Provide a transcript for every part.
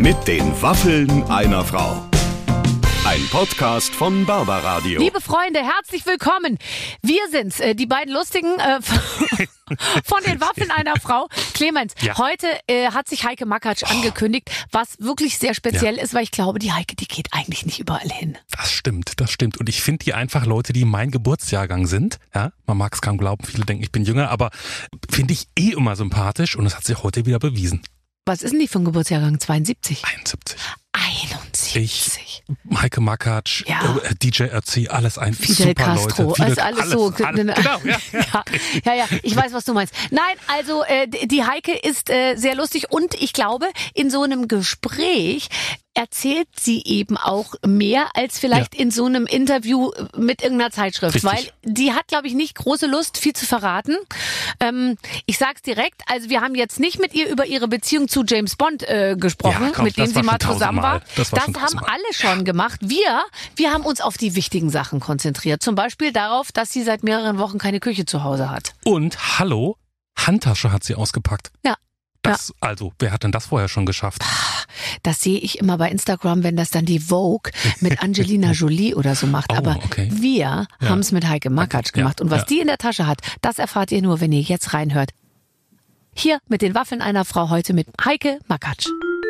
Mit den Waffeln einer Frau. Ein Podcast von Barbaradio. Liebe Freunde, herzlich willkommen. Wir sind's, die beiden Lustigen von den Waffeln einer Frau. Clemens, heute hat sich Heike Makatsch angekündigt, was wirklich sehr speziell ist, weil ich glaube, die Heike, die geht eigentlich nicht überall hin. Das stimmt. Und ich finde die einfach Leute, die mein Geburtsjahrgang sind. Ja, man mag es kaum glauben, viele denken, ich bin jünger, aber finde ich immer sympathisch und das hat sie heute wieder bewiesen. Was ist denn die für ein Geburtsjahrgang? 72? 71. 71. Heike Makatsch, DJ Ötzi, alles ein Fidel super Castro, Leute. ist alles so. Genau, Ja, ich weiß, was du meinst. Nein, also die Heike ist sehr lustig und ich glaube, in so einem Gespräch erzählt sie eben auch mehr als vielleicht in so einem Interview mit irgendeiner Zeitschrift. Richtig. Weil die hat, glaube ich, nicht große Lust, viel zu verraten. Ich sag's direkt, also wir haben jetzt nicht mit ihr über ihre Beziehung zu James Bond gesprochen, mit dem sie mal zusammen war. Das haben alle schon gemacht. Wir haben uns auf die wichtigen Sachen konzentriert. Zum Beispiel darauf, dass sie seit mehreren Wochen keine Küche zu Hause hat. Und hallo, Handtasche hat sie ausgepackt. Ja. Also, wer hat denn das vorher schon geschafft? Das sehe ich immer bei Instagram, wenn das dann die Vogue mit Angelina Jolie oder so macht. Aber wir haben es mit Heike Makatsch gemacht. Und was die in der Tasche hat, das erfahrt ihr nur, wenn ihr jetzt reinhört. Hier mit den Waffeln einer Frau heute mit Heike Makatsch.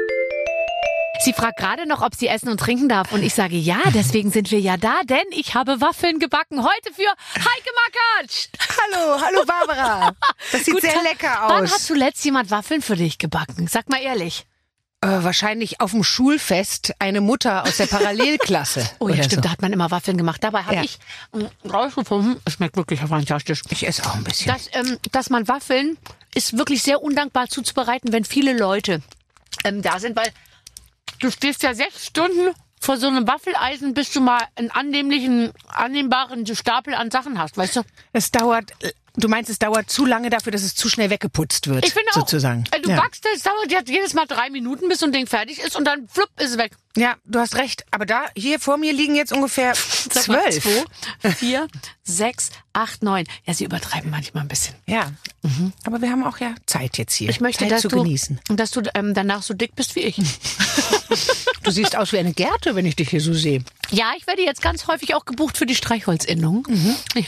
Sie fragt gerade noch, ob sie essen und trinken darf. Und ich sage ja, deswegen sind wir ja da, denn ich habe Waffeln gebacken. Heute für Heike Makatsch. Hallo Barbara. Das sieht sehr lecker aus. Wann hat zuletzt jemand Waffeln für dich gebacken? Sag mal ehrlich. Wahrscheinlich auf dem Schulfest eine Mutter aus der Parallelklasse. Oh ja, stimmt, da hat man immer Waffeln gemacht. Dabei habe ich rausgefunden, es schmeckt wirklich fantastisch. Ich esse auch ein bisschen. Dass man Waffeln ist wirklich sehr undankbar zuzubereiten, wenn viele Leute da sind, weil du stehst ja 6 Stunden vor so einem Waffeleisen, bis du mal einen annehmbaren Stapel an Sachen hast, weißt du? Du meinst, es dauert zu lange dafür, dass es zu schnell weggeputzt wird, ich finde sozusagen. Auch, du backst, es dauert jedes Mal 3 Minuten, bis so ein Ding fertig ist und dann flupp ist es weg. Ja, du hast recht. Aber hier vor mir liegen jetzt ungefähr 12. 2, 4, 6, 8, 9. Ja, sie übertreiben manchmal ein bisschen. Ja, aber wir haben auch Zeit jetzt hier. Ich möchte, Zeit zu genießen. Dass du danach so dick bist wie ich. Du siehst aus wie eine Gerte, wenn ich dich hier so sehe. Ja, ich werde jetzt ganz häufig auch gebucht für die Streichholzinnung. Ich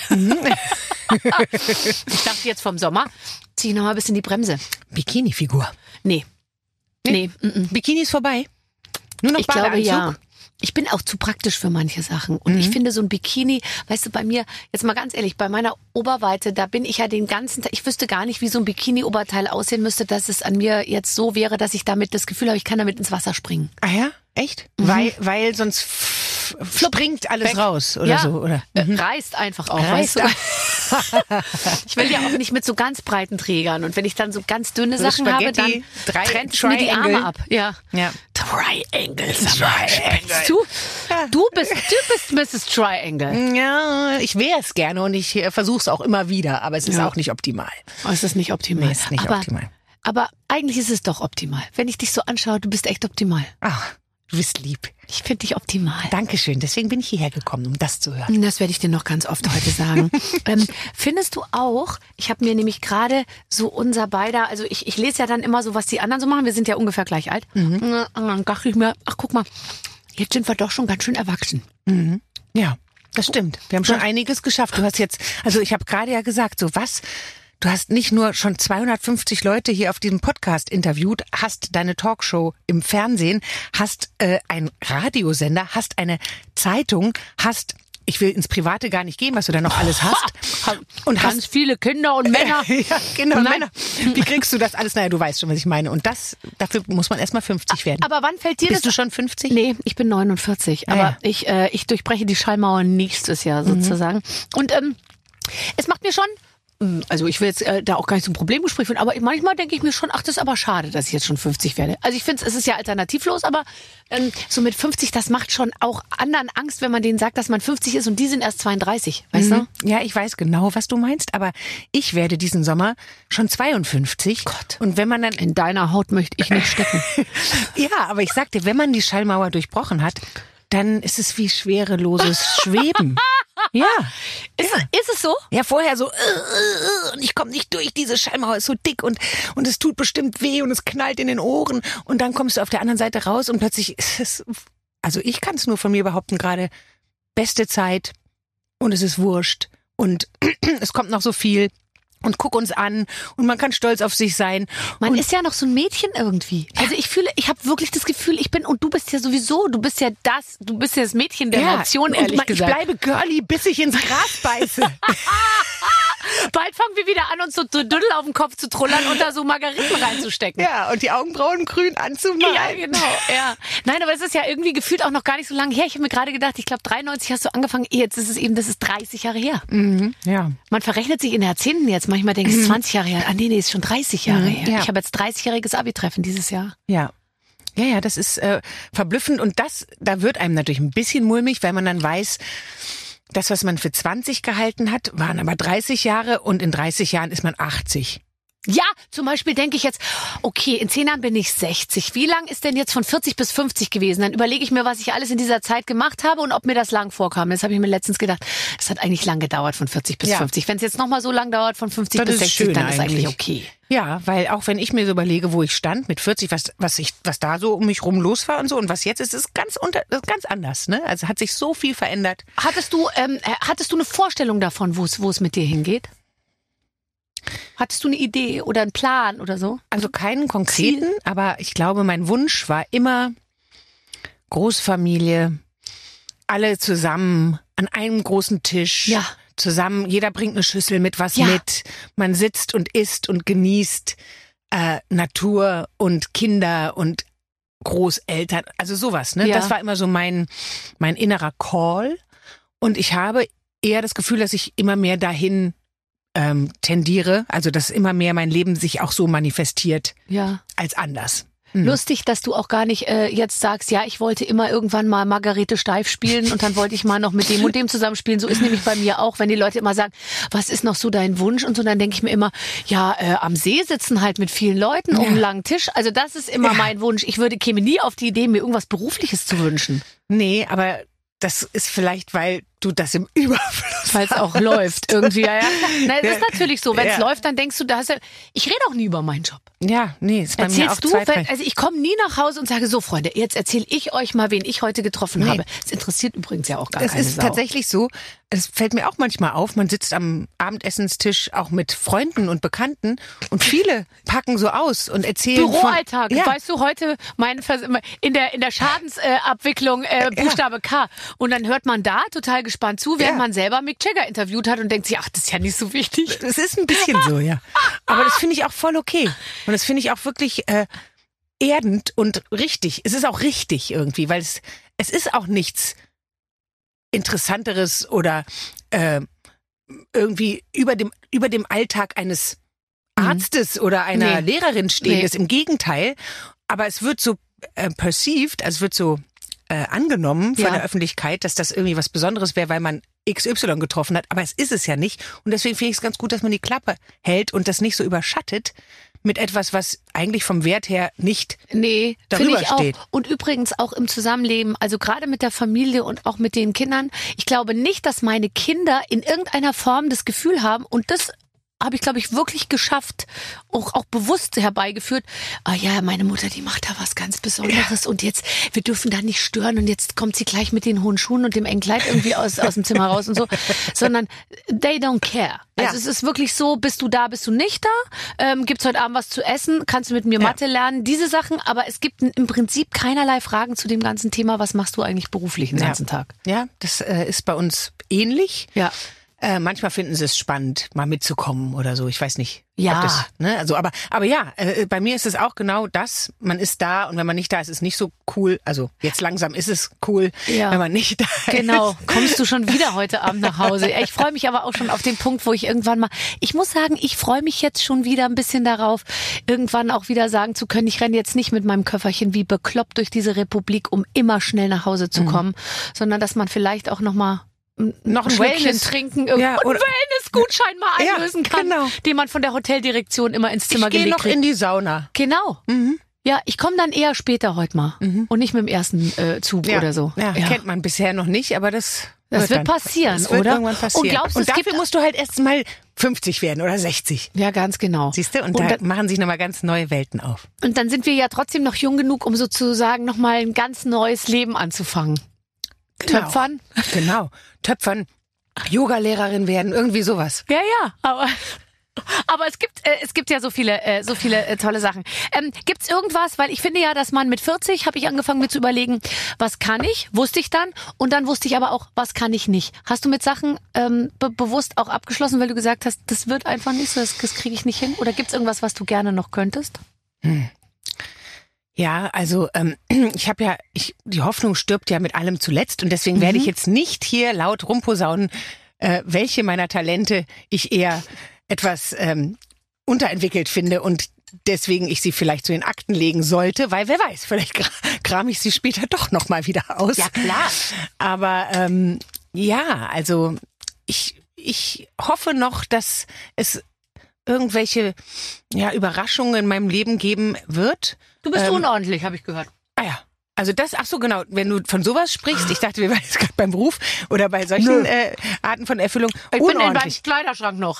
dachte jetzt vom Sommer, zieh ich noch mal ein bisschen die Bremse. Bikini-Figur. Nee. Bikini ist vorbei. Nur noch ich glaube, Badeanzug? ja. Ich bin auch zu praktisch für manche Sachen. Und ich finde so ein Bikini, weißt du, bei mir, jetzt mal ganz ehrlich, bei meiner Oberweite, da bin ich ja den ganzen Tag, ich wüsste gar nicht, wie so ein Bikini-Oberteil aussehen müsste, dass es an mir jetzt so wäre, dass ich damit das Gefühl habe, ich kann damit ins Wasser springen. Ah ja? Echt? Weil sonst springt alles raus oder so, oder? Reißt einfach auf, weißt du? Ich will ja auch nicht mit so ganz breiten Trägern. Und wenn ich dann so ganz dünne Sachen habe, dann trennt mir die Arme ab. Ja. Triangle. Du bist Mrs. Triangle. Ja, ich wäre es gerne und ich versuche es auch immer wieder, aber es ist auch nicht optimal. Es ist nicht optimal. Nee, es ist nicht optimal. Aber eigentlich ist es doch optimal. Wenn ich dich so anschaue, du bist echt optimal. Ach, du bist lieb. Ich finde dich optimal. Dankeschön, deswegen bin ich hierher gekommen, um das zu hören. Das werde ich dir noch ganz oft heute sagen. Findest du auch, ich habe mir nämlich gerade so unser beider, also ich lese ja dann immer so, was die anderen so machen, wir sind ja ungefähr gleich alt. Und dann dachte ich mir, ach guck mal, jetzt sind wir doch schon ganz schön erwachsen. Ja, das stimmt. Wir haben schon einiges geschafft. Du hast jetzt, also ich habe gerade gesagt, so was... Du hast nicht nur schon 250 Leute hier auf diesem Podcast interviewt, hast deine Talkshow im Fernsehen, hast einen Radiosender, hast eine Zeitung, hast, ich will ins Private gar nicht gehen, was du da noch alles hast. Und ganz viele Kinder und Männer. Ja, Kinder und Männer. Wie kriegst du das alles? Naja, du weißt schon, was ich meine. Und dafür muss man erstmal 50 werden. Aber wann fällt dir Bist du schon 50? Nee, ich bin 49. Aber ich durchbreche die Schallmauer nächstes Jahr sozusagen. Und es macht mir schon... Also ich will jetzt da auch gar nicht so ein Problemgespräch führen, aber manchmal denke ich mir schon, ach, das ist aber schade, dass ich jetzt schon 50 werde. Also ich finde, es ist ja alternativlos, aber so mit 50, das macht schon auch anderen Angst, wenn man denen sagt, dass man 50 ist und die sind erst 32, weißt du? Ja, ich weiß genau, was du meinst, aber ich werde diesen Sommer schon 52. Gott. Und wenn man dann... In deiner Haut möchte ich nicht stecken. Ja, aber ich sag dir, wenn man die Schallmauer durchbrochen hat, dann ist es wie schwereloses Schweben. Ja. Ist es so? Ja, vorher so, und ich komme nicht durch, diese Schallmauer ist so dick und es tut bestimmt weh und es knallt in den Ohren und dann kommst du auf der anderen Seite raus und plötzlich ist es, also ich kann es nur von mir behaupten gerade, beste Zeit und es ist wurscht und es kommt noch so viel. Und guck uns an und man kann stolz auf sich sein. Man ist ja noch so ein Mädchen irgendwie. Also ich habe wirklich das Gefühl, und du bist ja sowieso, du bist ja das Mädchen der Nation, ehrlich gesagt. Ich bleibe girly, bis ich ins Gras beiße. Bald fangen wir wieder an, uns so Düdel auf den Kopf zu trullern und da so Margariten reinzustecken. Ja, und die Augenbrauen grün anzumalen. Ja, genau. Ja. Nein, aber es ist ja irgendwie gefühlt auch noch gar nicht so lange her. Ich habe mir gerade gedacht, ich glaube 93 hast du angefangen. Jetzt ist es eben, das ist 30 Jahre her. Mhm, ja. Man verrechnet sich in Jahrzehnten jetzt. Manchmal denke ich, 20 Jahre her. Ah nee, ist schon 30 Jahre her. Ja. Ich habe jetzt 30-jähriges Abi-Treffen dieses Jahr. Ja. Ja, das ist verblüffend und da wird einem natürlich ein bisschen mulmig, weil man dann weiß, das, was man für 20 gehalten hat, waren aber 30 Jahre und in 30 Jahren ist man 80. Ja, zum Beispiel denke ich jetzt, okay, in 10 Jahren bin ich 60. Wie lang ist denn jetzt von 40 bis 50 gewesen? Dann überlege ich mir, was ich alles in dieser Zeit gemacht habe und ob mir das lang vorkam. Das habe ich mir letztens gedacht. Es hat eigentlich lang gedauert von 40 bis 50. Wenn es jetzt nochmal so lang dauert von 50 bis 60, dann ist eigentlich okay. Ja, weil auch wenn ich mir so überlege, wo ich stand mit 40, was da so um mich rum los war und so und was jetzt ist ganz anders, ne? Also hat sich so viel verändert. Hattest du eine Vorstellung davon, wo es mit dir hingeht? Hattest du eine Idee oder einen Plan oder so? Also keinen konkreten, aber ich glaube, mein Wunsch war immer Großfamilie, alle zusammen an einem großen Tisch. Ja. Zusammen, jeder bringt eine Schüssel mit was mit. Man sitzt und isst und genießt Natur und Kinder und Großeltern, also sowas, ne? Ja. Das war immer so mein innerer Call und ich habe eher das Gefühl, dass ich immer mehr dahin tendiere, also dass immer mehr mein Leben sich auch so manifestiert als anders. Lustig, dass du auch gar nicht jetzt sagst, ja, ich wollte immer irgendwann mal Margarete Steif spielen und dann wollte ich mal noch mit dem und dem zusammenspielen. So ist nämlich bei mir auch, wenn die Leute immer sagen, was ist noch so dein Wunsch? Und so, dann denke ich mir immer, ja, am See sitzen halt mit vielen Leuten um einen langen Tisch. Also das ist immer mein Wunsch. Ich käme nie auf die Idee, mir irgendwas Berufliches zu wünschen. Nee, aber das ist vielleicht, weil du das im Überfluss weil es auch läuft irgendwie. Ja. Na, es ist natürlich so, wenn es läuft, dann denkst du, ich rede auch nie über meinen Job. Ja, nee, ist bei mir auch du, also ich komme nie nach Hause und sage so, Freunde, jetzt erzähle ich euch mal, wen ich heute getroffen habe. Es interessiert übrigens ja auch gar keine Sau. Es ist tatsächlich so, es fällt mir auch manchmal auf, man sitzt am Abendessenstisch auch mit Freunden und Bekannten und viele packen so aus und erzählen Büroalltag, weißt du, heute in der Schadensabwicklung Buchstabe K. Und dann hört man da total gespannt zu, während man selber Mick Jagger interviewt hat und denkt sich, ach, das ist ja nicht so wichtig. Das ist ein bisschen so, ja. Aber das finde ich auch voll okay. Und das finde ich auch wirklich erdend und richtig. Es ist auch richtig irgendwie, weil es ist auch nichts Interessanteres oder irgendwie über dem Alltag eines Arztes oder einer Lehrerin stehendes. Im Gegenteil. Aber es wird so perceived, also es wird so angenommen von der Öffentlichkeit, dass das irgendwie was Besonderes wäre, weil man XY getroffen hat. Aber es ist es ja nicht. Und deswegen finde ich es ganz gut, dass man die Klappe hält und das nicht so überschattet mit etwas, was eigentlich vom Wert her nicht darüber steht. Auch. Und übrigens auch im Zusammenleben, also gerade mit der Familie und auch mit den Kindern. Ich glaube nicht, dass meine Kinder in irgendeiner Form das Gefühl haben, und das habe ich, glaube ich, wirklich geschafft, auch bewusst herbeigeführt. Ah ja, meine Mutter, die macht da was ganz Besonderes und jetzt, wir dürfen da nicht stören und jetzt kommt sie gleich mit den hohen Schuhen und dem engen Kleid irgendwie aus dem Zimmer raus und so. Sondern they don't care. Also es ist wirklich so, bist du da, bist du nicht da? Gibt's heute Abend was zu essen? Kannst du mit mir Mathe lernen? Diese Sachen, aber es gibt im Prinzip keinerlei Fragen zu dem ganzen Thema, was machst du eigentlich beruflich den ganzen Tag? Ja, das ist bei uns ähnlich. Ja. Manchmal finden sie es spannend, mal mitzukommen oder so. Ich weiß nicht. Ja. Ob das, ne? Also, aber ja, bei mir ist es auch genau das. Man ist da und wenn man nicht da ist, ist es nicht so cool. Also jetzt langsam ist es cool, wenn man nicht da ist. Genau. Kommst du schon wieder heute Abend nach Hause? Ich freue mich aber auch schon auf den Punkt, wo ich irgendwann mal, ich muss sagen, ich freue mich jetzt schon wieder ein bisschen darauf, irgendwann auch wieder sagen zu können, ich renne jetzt nicht mit meinem Köfferchen wie bekloppt durch diese Republik, um immer schnell nach Hause zu kommen, sondern dass man vielleicht auch noch ein Wellness trinken und Wellness-Gutschein mal einlösen kann, den man von der Hoteldirektion immer ins Zimmer gelegt kriegt. Ich gehe noch in die Sauna. Genau. Ja, ich komme dann eher später heute mal und nicht mit dem ersten Zug oder so. Ja, kennt man bisher noch nicht, aber das wird passieren, das wird oder? Irgendwann passieren. Und glaubst du, und dafür musst du halt erst mal 50 werden oder 60. Ja, ganz genau. Siehst du? Und da machen sich nochmal ganz neue Welten auf. Und dann sind wir ja trotzdem noch jung genug, um sozusagen nochmal ein ganz neues Leben anzufangen. Genau. Töpfern? Genau. Töpfern, Yoga-Lehrerin werden, irgendwie sowas. Ja, aber es gibt ja so viele tolle Sachen. Gibt's irgendwas, weil ich finde ja, dass man mit 40 habe ich angefangen mir zu überlegen, was kann ich, wusste ich dann und dann wusste ich aber auch, was kann ich nicht. Hast du mit Sachen bewusst auch abgeschlossen, weil du gesagt hast, das wird einfach nicht so, das kriege ich nicht hin? Oder gibt's irgendwas, was du gerne noch könntest? Ja, also die Hoffnung stirbt ja mit allem zuletzt und deswegen werde ich jetzt nicht hier laut rumposaunen, welche meiner Talente ich eher etwas unterentwickelt finde und deswegen ich sie vielleicht zu den Akten legen sollte, weil wer weiß, vielleicht kram ich sie später doch noch mal wieder aus. Ja, klar. Aber also ich hoffe noch, dass es irgendwelche Überraschungen in meinem Leben geben wird. Du bist unordentlich, habe ich gehört. Ah ja. Also genau, wenn du von sowas sprichst, ich dachte, wir waren jetzt gerade beim Beruf oder bei solchen Arten von Erfüllung, ich unordentlich. Ich bin in meinem Kleiderschrank noch.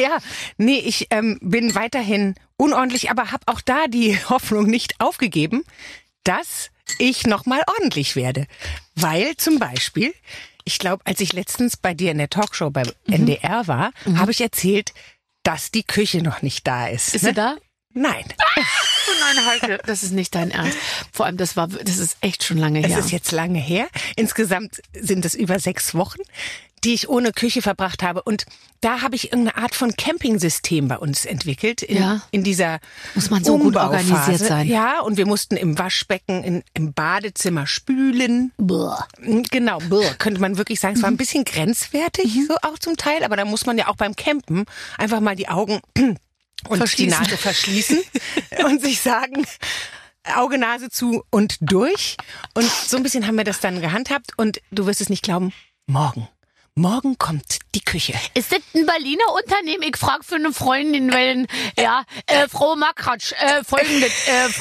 Ich bin weiterhin unordentlich, aber habe auch da die Hoffnung nicht aufgegeben, dass ich nochmal ordentlich werde. Weil zum Beispiel, ich glaube, als ich letztens bei dir in der Talkshow beim NDR war, habe ich erzählt, dass die Küche noch nicht da ist. Ist sie da? Nein. Oh nein, Heike, das ist nicht dein Ernst. Vor allem, das ist echt schon lange her. Es ist jetzt lange her. Insgesamt sind es über 6 Wochen, die ich ohne Küche verbracht habe. Und da habe ich irgendeine Art von Campingsystem bei uns entwickelt. In dieser muss man so gut organisiert sein. Ja, und wir mussten im Waschbecken, im Badezimmer spülen. Boah. Genau, könnte man wirklich sagen. Es war ein bisschen grenzwertig, so auch zum Teil. Aber da muss man ja auch beim Campen einfach mal die Augen und die Nase verschließen und sich sagen, Auge, Nase zu und durch. Und so ein bisschen haben wir das dann gehandhabt und du wirst es nicht glauben, morgen kommt die Küche. Ist das ein Berliner Unternehmen? Ich frage für eine Freundin, weil, Frau Makratsch, folgendes,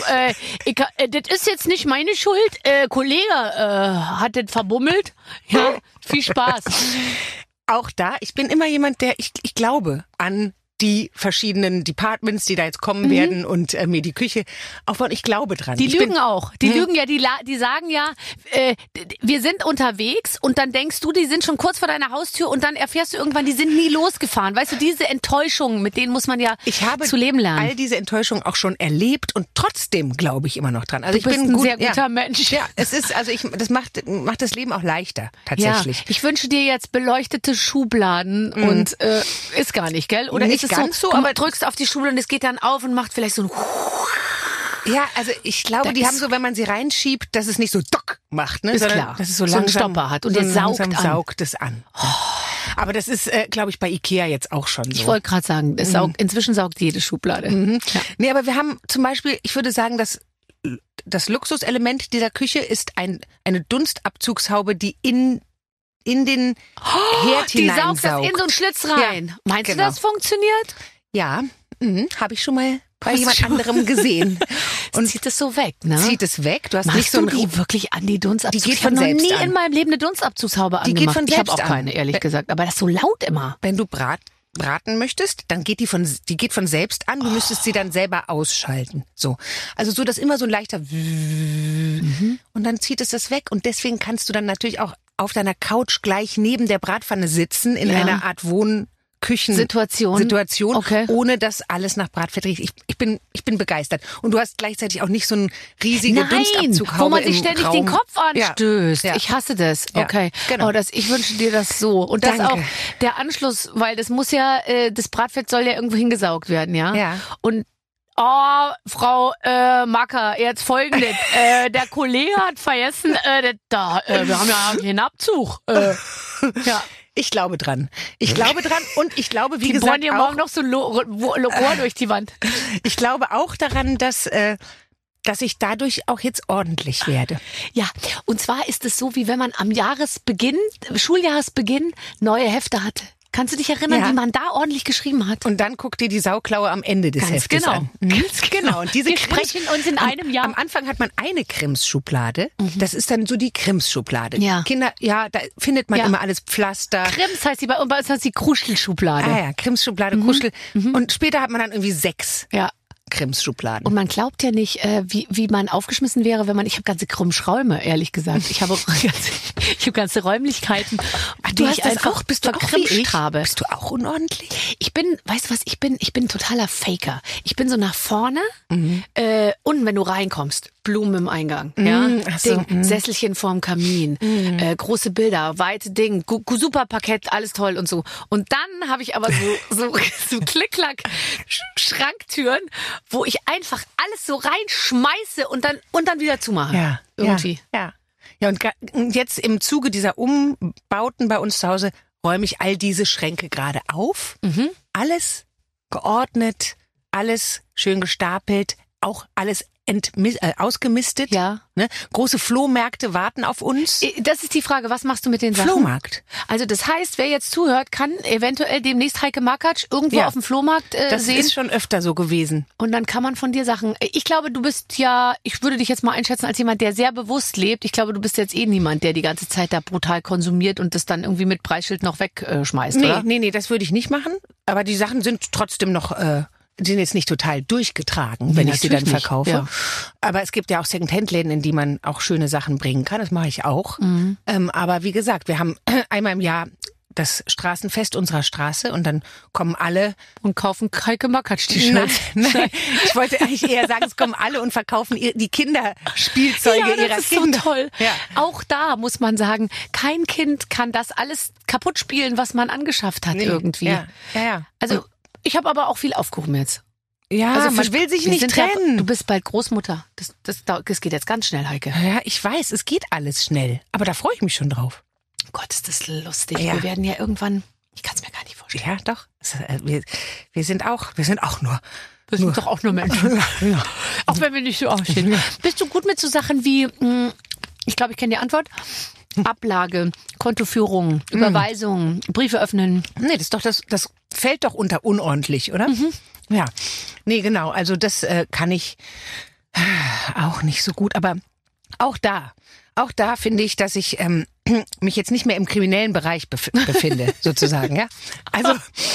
das ist jetzt nicht meine Schuld, Kollege hat das verbummelt. Ja, viel Spaß. Auch da, ich bin immer jemand, der, ich glaube an die verschiedenen Departments, die da jetzt kommen werden und mir die Küche aufbauen. Ich glaube dran. Die lügen auch. Die lügen ja, die sagen ja, wir sind unterwegs und dann denkst du, die sind schon kurz vor deiner Haustür und dann erfährst du irgendwann, die sind nie losgefahren. Weißt du, diese Enttäuschungen, mit denen muss man ja zu leben lernen. Ich habe all diese Enttäuschungen auch schon erlebt und trotzdem glaube ich immer noch dran. Also du bist ein sehr guter Mensch. Ja, es ist, also das macht das Leben auch leichter, tatsächlich. Ja, ich wünsche dir jetzt beleuchtete Schubladen und ist gar nicht, gell? Oder nicht ist es ganz so, du aber drückst auf die Schublade und es geht dann auf und macht vielleicht so ein Ja, also ich glaube, die haben so, wenn man sie reinschiebt, dass es nicht so dock macht, ne? Ist sondern klar. dass es so So einen langsam Stopper hat und so der langsam saugt an. saugt es an. Aber das ist, glaube ich, bei Ikea jetzt auch schon so. Ich wollte gerade sagen, inzwischen saugt jede Schublade. Ja. Nee, aber wir haben zum Beispiel, ich würde sagen, dass das Luxuselement dieser Küche ist eine Dunstabzugshaube, die in den Herd Die saugt hineinsaugt. das in so einen Schlitz rein. Ja, Meinst genau. du, das funktioniert? Ja, habe ich schon mal bei jemand anderem gesehen. Und zieht es so weg, ne? Zieht es weg. Du hast Machst nicht so du ein die wirklich an die Dunstabzugshaube? Die geht von ich habe noch selbst nie an. in meinem Leben eine Dunstabzugshaube Die angemacht. geht von ich habe selbst auch keine, an. ehrlich gesagt. Aber das ist so laut immer. Wenn du braten möchtest, dann geht die geht von selbst an. Du müsstest sie dann selber ausschalten. So. Also so, dass immer so ein leichter und dann zieht es das weg. Und deswegen kannst du dann natürlich auch auf deiner Couch gleich neben der Bratpfanne sitzen in einer Art Wohnküchen-Situation, Okay. ohne dass alles nach Bratfett riecht. Ich bin begeistert. Und du hast gleichzeitig auch nicht so eine riesige Dunstabzughaube wo man sich ständig Raum. den Kopf anstößt. Ja. Ich hasse das. Ja, Okay. genau. Ich wünsche dir das so. Und das Danke. auch der Anschluss, weil das muss ja, das Bratfett soll ja irgendwo hingesaugt werden, ja? Ja. Und Frau Macker, jetzt folgendes. Der Kollege hat vergessen, wir haben ja einen Abzug. Ja. Ich glaube dran. Und ich glaube, wie Die gesagt, bohren dir auch, morgen noch so Rohr durch die Wand. ich glaube auch daran, dass ich dadurch auch jetzt ordentlich werde. Ja, und zwar ist es so, wie wenn man am Schuljahresbeginn neue Hefte hatte. Kannst du dich erinnern, wie man da ordentlich geschrieben hat? Und dann guck dir die Sauklaue am Ende des Heftes an. Ganz genau. Und diese wir sprechen uns in einem Jahr. Am Anfang hat man eine Krims-Schublade. Das ist dann so die Krims-Schublade. Ja. Kinder, da findet man immer alles Pflaster. Krims heißt die, bei uns heißt die Kruschelschublade. Ah ja, Krims-Schublade, Kruschel. Und später hat man dann irgendwie 6. Ja. Krims-Schubladen. Und man glaubt ja nicht, wie man aufgeschmissen wäre, wenn ich habe ganze Krummschräume, ehrlich gesagt. Ich habe ganze Räumlichkeiten, du hast das auch, bist du auch wie ich? Habe. Bist du auch unordentlich? Ich bin, weißt du was, ich bin totaler Faker. Ich bin so nach vorne, unten, wenn du reinkommst, Blumen im Eingang, Sesselchen vorm Kamin, große Bilder, weite Ding, super Parkett, alles toll und so. Und dann habe ich aber so Klick-Klack Schranktüren, wo ich einfach alles so reinschmeiße und dann wieder zumache. Ja, irgendwie. Ja. Und jetzt im Zuge dieser Umbauten bei uns zu Hause räume ich all diese Schränke gerade auf. Alles geordnet, alles schön gestapelt, auch alles ausgemistet. Ja. Ne? Große Flohmärkte warten auf uns. Das ist die Frage, was machst du mit den Sachen? Flohmarkt. Also das heißt, wer jetzt zuhört, kann eventuell demnächst Heike Makatsch irgendwo auf dem Flohmarkt sehen. Das ist schon öfter so gewesen. Und dann kann man von dir Sachen... Ich glaube, du bist ich würde dich jetzt mal einschätzen als jemand, der sehr bewusst lebt. Ich glaube, du bist jetzt niemand, der die ganze Zeit da brutal konsumiert und das dann irgendwie mit Preisschild noch wegschmeißt, oder? Nee, das würde ich nicht machen. Aber die Sachen sind trotzdem noch... Die sind jetzt nicht total durchgetragen, wenn ich sie dann verkaufe. Ja. Aber es gibt ja auch Second-Hand-Läden, in die man auch schöne Sachen bringen kann. Das mache ich auch. Aber wie gesagt, wir haben einmal im Jahr das Straßenfest unserer Straße und dann kommen alle und kaufen Heike Makatsch-T-Shirts. Nein, ich wollte eigentlich eher sagen, es kommen alle und verkaufen die Kinderspielzeuge ihrer Kinder. Das ist so toll. Ja. Auch da muss man sagen, kein Kind kann das alles kaputt spielen, was man angeschafft hat irgendwie. Ja. Also ich habe aber auch viel aufgehoben jetzt. Ja, also man will sich nicht trennen. Du bist bald Großmutter. Das geht jetzt ganz schnell, Heike. Ja, ich weiß, es geht alles schnell. Aber da freue ich mich schon drauf. Gott, ist das lustig. Ja. Wir werden ja irgendwann, ich kann es mir gar nicht vorstellen. Ja, doch. Wir sind auch nur. Wir sind doch auch nur Menschen. Ja. Auch wenn wir nicht so aussehen. Ja. Bist du gut mit so Sachen wie, ich glaube, ich kenne die Antwort, Ablage, Kontoführung, Überweisung, Briefe öffnen? Nee, das fällt doch unter unordentlich, oder? Ja. Nee, genau. Also das kann ich auch nicht so gut. Aber auch da finde ich, dass ich mich jetzt nicht mehr im kriminellen Bereich befinde, sozusagen. Ja. Also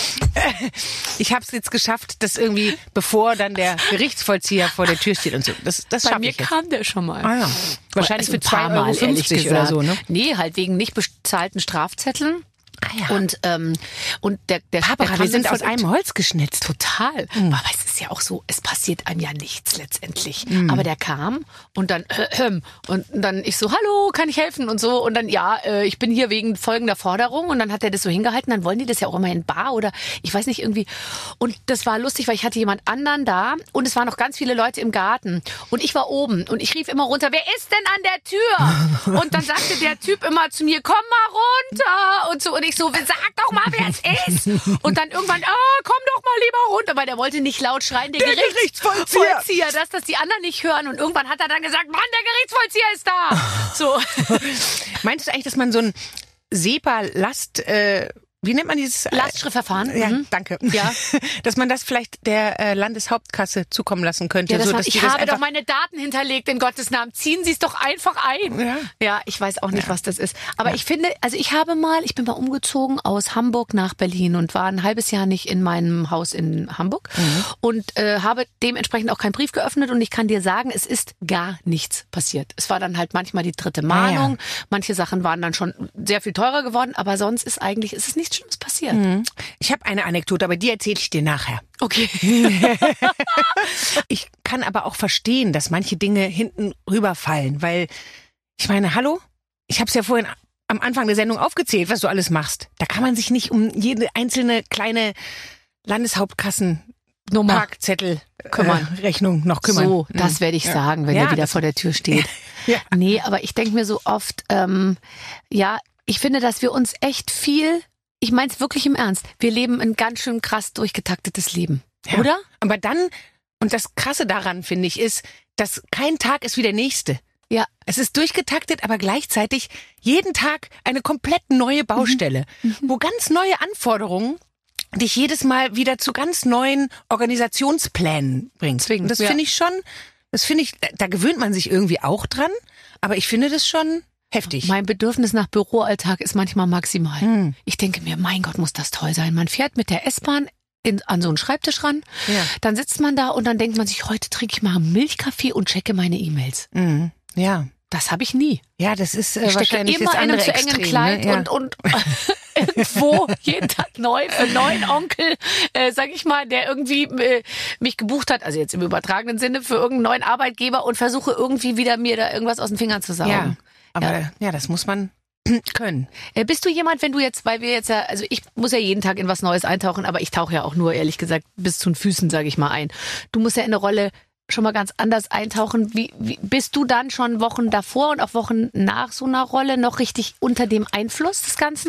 ich habe es jetzt geschafft, dass irgendwie, bevor dann der Gerichtsvollzieher vor der Tür steht und so. Das schaffe ich. Bei mir kam der schon mal. Ah, ja. Wahrscheinlich also für 2,50 € oder so, ne? Nee, halt wegen nicht bezahlten Strafzetteln. Ah, ja. Und der Papa, wir sind aus einem Holz geschnitzt. Total. Aber es ist ja auch so, es passiert einem ja nichts letztendlich. Aber der kam und dann ich so, hallo, kann ich helfen und so und dann ich bin hier wegen folgender Forderung und dann hat er das so hingehalten, dann wollen die das ja auch immer in Bar oder ich weiß nicht irgendwie und das war lustig, weil ich hatte jemand anderen da und es waren noch ganz viele Leute im Garten und ich war oben und ich rief immer runter, wer ist denn an der Tür? Und dann sagte der Typ immer zu mir, komm mal runter und so und ich so, sag doch mal, wer es ist. Und dann irgendwann, komm doch mal lieber runter, weil der wollte nicht laut schreien, der Gerichtsvollzieher, dass die anderen nicht hören. Und irgendwann hat er dann gesagt, Mann, der Gerichtsvollzieher ist da. So. Meinst du eigentlich, dass man so ein SEPA-Last, wie nennt man dieses? Lastschriftverfahren. Ja, danke. Ja. Dass man das vielleicht der Landeshauptkasse zukommen lassen könnte. Ja, so, ich habe doch meine Daten hinterlegt, in Gottes Namen. Ziehen Sie es doch einfach ein. Ja, ich weiß auch nicht, was das ist. Aber ich finde, also ich bin mal umgezogen aus Hamburg nach Berlin und war ein halbes Jahr nicht in meinem Haus in Hamburg und habe dementsprechend auch keinen Brief geöffnet und ich kann dir sagen, es ist gar nichts passiert. Es war dann halt manchmal die 3. Mahnung. Manche Sachen waren dann schon sehr viel teurer geworden, aber sonst ist es nichts Schlimmes passiert. Ich habe eine Anekdote, aber die erzähle ich dir nachher. Okay. Ich kann aber auch verstehen, dass manche Dinge hinten rüberfallen, weil ich meine, hallo? Ich habe es ja vorhin am Anfang der Sendung aufgezählt, was du alles machst. Da kann man sich nicht um jede einzelne kleine Landeshauptkassen-Nummer, Parkzettel, Rechnung noch kümmern. So, das werde ich sagen, wenn er wieder vor der Tür steht. Ja. Nee, aber ich denke mir so oft, ich finde, dass wir uns echt ich meine es wirklich im Ernst, wir leben ein ganz schön krass durchgetaktetes Leben, oder? Aber dann, und das Krasse daran, finde ich, ist, dass kein Tag ist wie der nächste. Ja. Es ist durchgetaktet, aber gleichzeitig jeden Tag eine komplett neue Baustelle, wo ganz neue Anforderungen dich jedes Mal wieder zu ganz neuen Organisationsplänen bringt. Und das finde ich schon, da gewöhnt man sich irgendwie auch dran, aber ich finde das schon heftig. Mein Bedürfnis nach Büroalltag ist manchmal maximal. Ich denke mir, mein Gott, muss das toll sein. Man fährt mit der S-Bahn an so einen Schreibtisch ran, dann sitzt man da und dann denkt man sich, heute trinke ich mal einen Milchkaffee und checke meine E-Mails. Ja. Das habe ich nie. Ja, das ist ich wahrscheinlich immer das andere in einem zu engen Extrem, Kleid ne? und irgendwo jeden Tag neu für einen neuen Onkel, sag ich mal, der irgendwie mich gebucht hat, also jetzt im übertragenen Sinne, für irgendeinen neuen Arbeitgeber und versuche irgendwie wieder mir da irgendwas aus den Fingern zu saugen. Ja, aber das muss man können. Bist du jemand, wenn du jetzt, weil wir jetzt ja, also ich muss ja jeden Tag in was Neues eintauchen, aber ich tauche ja auch nur, ehrlich gesagt, bis zu den Füßen, sage ich mal, ein. Du musst ja in eine Rolle schon mal ganz anders eintauchen. Wie bist du dann schon Wochen davor und auch Wochen nach so einer Rolle noch richtig unter dem Einfluss des Ganzen?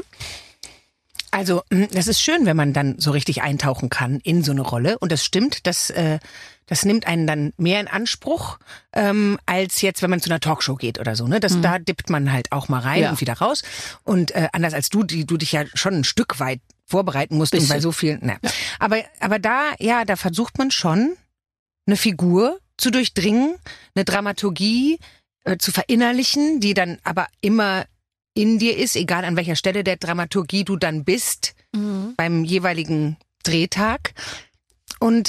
Also, das ist schön, wenn man dann so richtig eintauchen kann in so eine Rolle. Und das stimmt, das nimmt einen dann mehr in Anspruch, als jetzt, wenn man zu einer Talkshow geht oder so. Ne? Da dippt man halt auch mal rein und wieder raus. Und anders als du, die du dich ja schon ein Stück weit vorbereiten musst und bei so viel. Ja. Aber da versucht man schon, eine Figur zu durchdringen, eine Dramaturgie zu verinnerlichen, die dann aber immer in dir ist, egal an welcher Stelle der Dramaturgie du dann bist, beim jeweiligen Drehtag. Und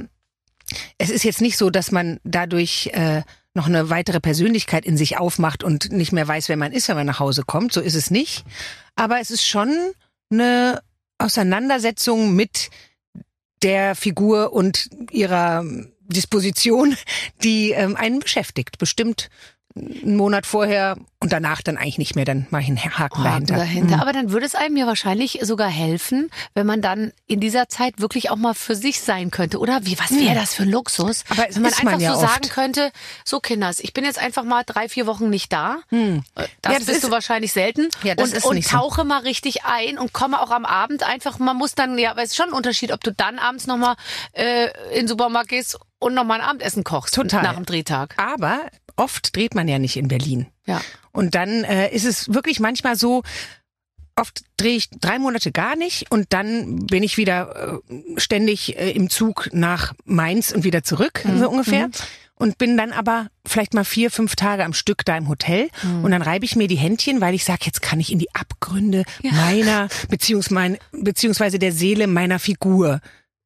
es ist jetzt nicht so, dass man dadurch noch eine weitere Persönlichkeit in sich aufmacht und nicht mehr weiß, wer man ist, wenn man nach Hause kommt. So ist es nicht. Aber es ist schon eine Auseinandersetzung mit der Figur und ihrer Disposition, die einen beschäftigt. Bestimmt einen Monat vorher und danach dann eigentlich nicht mehr, dann mache ich einen Haken dahinter. Aber dann würde es einem ja wahrscheinlich sogar helfen, wenn man dann in dieser Zeit wirklich auch mal für sich sein könnte, oder? Was wäre das für ein Luxus? Aber wenn man einfach so sagen könnte, so Kinders, ich bin jetzt einfach mal 3-4 Wochen nicht da. Das bist du wahrscheinlich selten. Ja, das ist und nicht so. tauche mal richtig ein und komme auch am Abend einfach, man muss dann, aber es ist schon ein Unterschied, ob du dann abends nochmal in den Supermarkt gehst und nochmal ein Abendessen kochst. Total. Nach dem Drehtag. Aber oft dreht man ja nicht in Berlin. Ja. Und dann ist es wirklich manchmal so, oft drehe ich 3 Monate gar nicht und dann bin ich wieder ständig im Zug nach Mainz und wieder zurück, so ungefähr. Und bin dann aber vielleicht mal 4-5 Tage am Stück da im Hotel und dann reibe ich mir die Händchen, weil ich sage, jetzt kann ich in die Abgründe meiner, beziehungsweise der Seele meiner Figur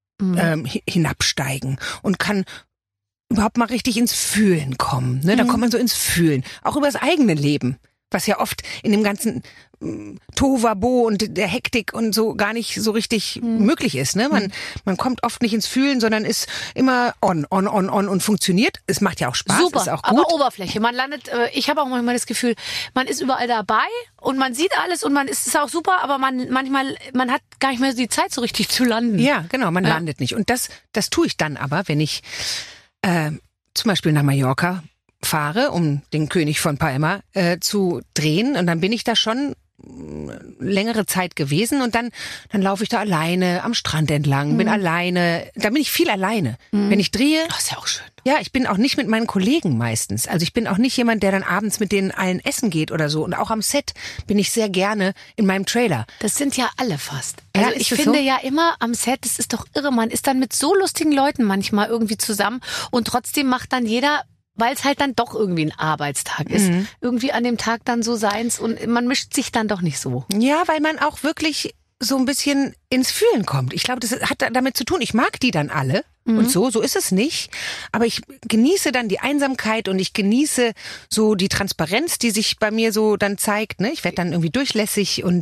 hinabsteigen und kann überhaupt mal richtig ins Fühlen kommen. Ne? Da kommt man so ins Fühlen. Auch über das eigene Leben. Was ja oft in dem ganzen Tohuwabohu und der Hektik und so gar nicht so richtig möglich ist. Ne? Man kommt oft nicht ins Fühlen, sondern ist immer on und funktioniert. Es macht ja auch Spaß, super, ist auch gut. Aber Oberfläche. Man landet, ich habe auch manchmal das Gefühl, man ist überall dabei und man sieht alles und ist auch super, aber man hat gar nicht mehr die Zeit so richtig zu landen. Ja, genau, man landet nicht. Und das tue ich dann aber, wenn ich zum Beispiel nach Mallorca fahre, um den König von Palma zu drehen. Und dann bin ich da schon längere Zeit gewesen und dann laufe ich da alleine am Strand entlang, bin alleine, da bin ich viel alleine. Wenn ich drehe. Das ist ja auch schön. Ja, ich bin auch nicht mit meinen Kollegen meistens. Also ich bin auch nicht jemand, der dann abends mit denen allen essen geht oder so. Und auch am Set bin ich sehr gerne in meinem Trailer. Das sind ja alle fast. Also Ja, ich ist das finde so? ja immer am Set, das ist doch irre, man ist dann mit so lustigen Leuten manchmal irgendwie zusammen und trotzdem macht dann jeder, weil es halt dann doch irgendwie ein Arbeitstag ist, irgendwie an dem Tag dann so seins und man mischt sich dann doch nicht so. Ja, weil man auch wirklich so ein bisschen ins Fühlen kommt. Ich glaube, das hat damit zu tun. Ich mag die dann alle und so ist es nicht. Aber ich genieße dann die Einsamkeit und ich genieße so die Transparenz, die sich bei mir so dann zeigt. Ne? Ich werde dann irgendwie durchlässig und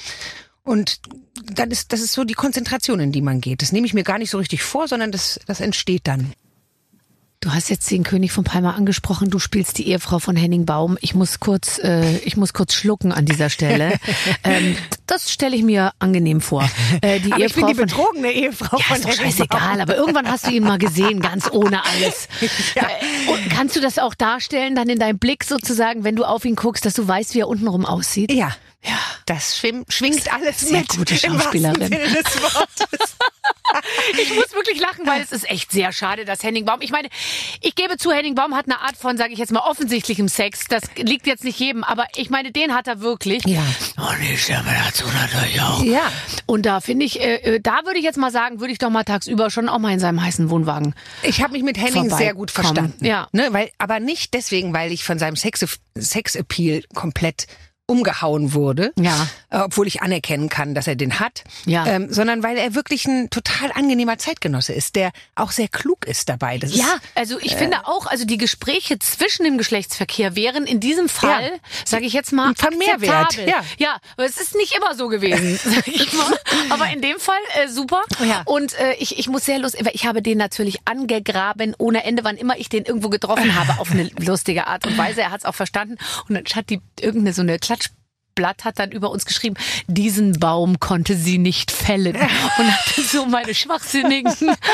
dann das ist so die Konzentration, in die man geht. Das nehme ich mir gar nicht so richtig vor, sondern das entsteht dann. Du hast jetzt den König von Palma angesprochen, du spielst die Ehefrau von Henning Baum. Ich muss kurz schlucken an dieser Stelle. Das stelle ich mir angenehm vor. Die Aber Ehefrau ich bin die betrogene Ehefrau ja, von ist doch Henning Baum. scheißegal, aber irgendwann hast du ihn mal gesehen, ganz ohne alles. Ja. Und kannst du das auch darstellen, dann in deinem Blick sozusagen, wenn du auf ihn guckst, dass du weißt, wie er untenrum aussieht? Ja, das schwingt alles Sehr mit. gute Im wahrsten Schauspielerin. Sinne des Wortes. Ich muss wirklich lachen, weil es ist echt sehr schade, dass Henning Baum, ich meine, ich gebe zu, Henning Baum hat eine Art von, sage ich jetzt mal, offensichtlichem Sex. Das liegt jetzt nicht jedem, aber ich meine, den hat er wirklich. Ja. Und ich sterbe dazu natürlich auch. Ja. Und da finde ich, da würde ich jetzt mal sagen, würde ich doch mal tagsüber schon auch mal in seinem heißen Wohnwagen. Ich habe mich mit Henning sehr gut verstanden. Ja. Ne, aber nicht deswegen, weil ich von seinem Sexappeal komplett umgehauen wurde, obwohl ich anerkennen kann, dass er den hat, sondern weil er wirklich ein total angenehmer Zeitgenosse ist, der auch sehr klug ist dabei. Das ist, also ich finde auch, also die Gespräche zwischen dem Geschlechtsverkehr wären in diesem Fall, sage ich jetzt mal, von Mehrwert. Ja, aber es ist nicht immer so gewesen, sag ich mal. Aber in dem Fall super. Ja. Und ich muss sehr lustig, weil ich habe den natürlich angegraben ohne Ende, wann immer ich den irgendwo getroffen habe, auf eine lustige Art und Weise. Er hat es auch verstanden. Und dann hat die irgendeine so eine Klatschblatt hat dann über uns geschrieben, diesen Baum konnte sie nicht fällen. Und hatte so meine schwachsinnigen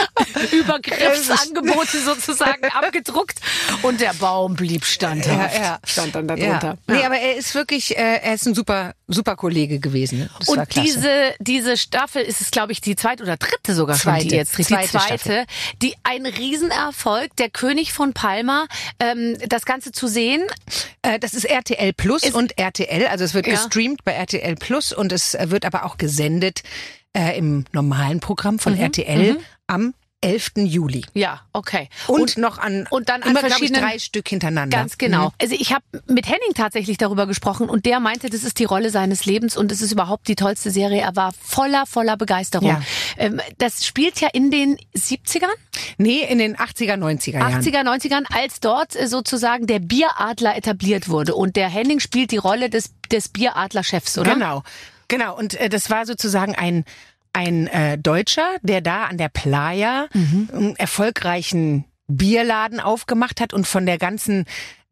Übergriffsangebote sozusagen abgedruckt. Und der Baum blieb standhaft. Stand dann darunter. Ja. Nee, aber er ist wirklich, er ist ein super Kollege gewesen. Das und war klasse. diese Staffel ist es, glaube ich, die zweite oder dritte sogar schon, die jetzt die zweite, die ein Riesenerfolg, der König von Palma, das Ganze zu sehen. Das ist RTL Plus und RTL, also es wird gestreamt bei RTL Plus und es wird aber auch gesendet im normalen Programm von RTL am 11. Juli. Ja, okay. Und dann an verschiedenen 3 Stück hintereinander. Ganz genau. Also ich habe mit Henning tatsächlich darüber gesprochen und der meinte, das ist die Rolle seines Lebens und es ist überhaupt die tollste Serie. Er war voller Begeisterung. Ja. Das spielt ja in den 70ern? Nee, in den 80er, 90er Jahren. 80er, 90ern, als dort sozusagen der Bieradler etabliert wurde und der Henning spielt die Rolle des Bieradler-Chefs, oder? Genau. Und das war sozusagen ein Deutscher, der da an der Playa einen erfolgreichen Bierladen aufgemacht hat und von der ganzen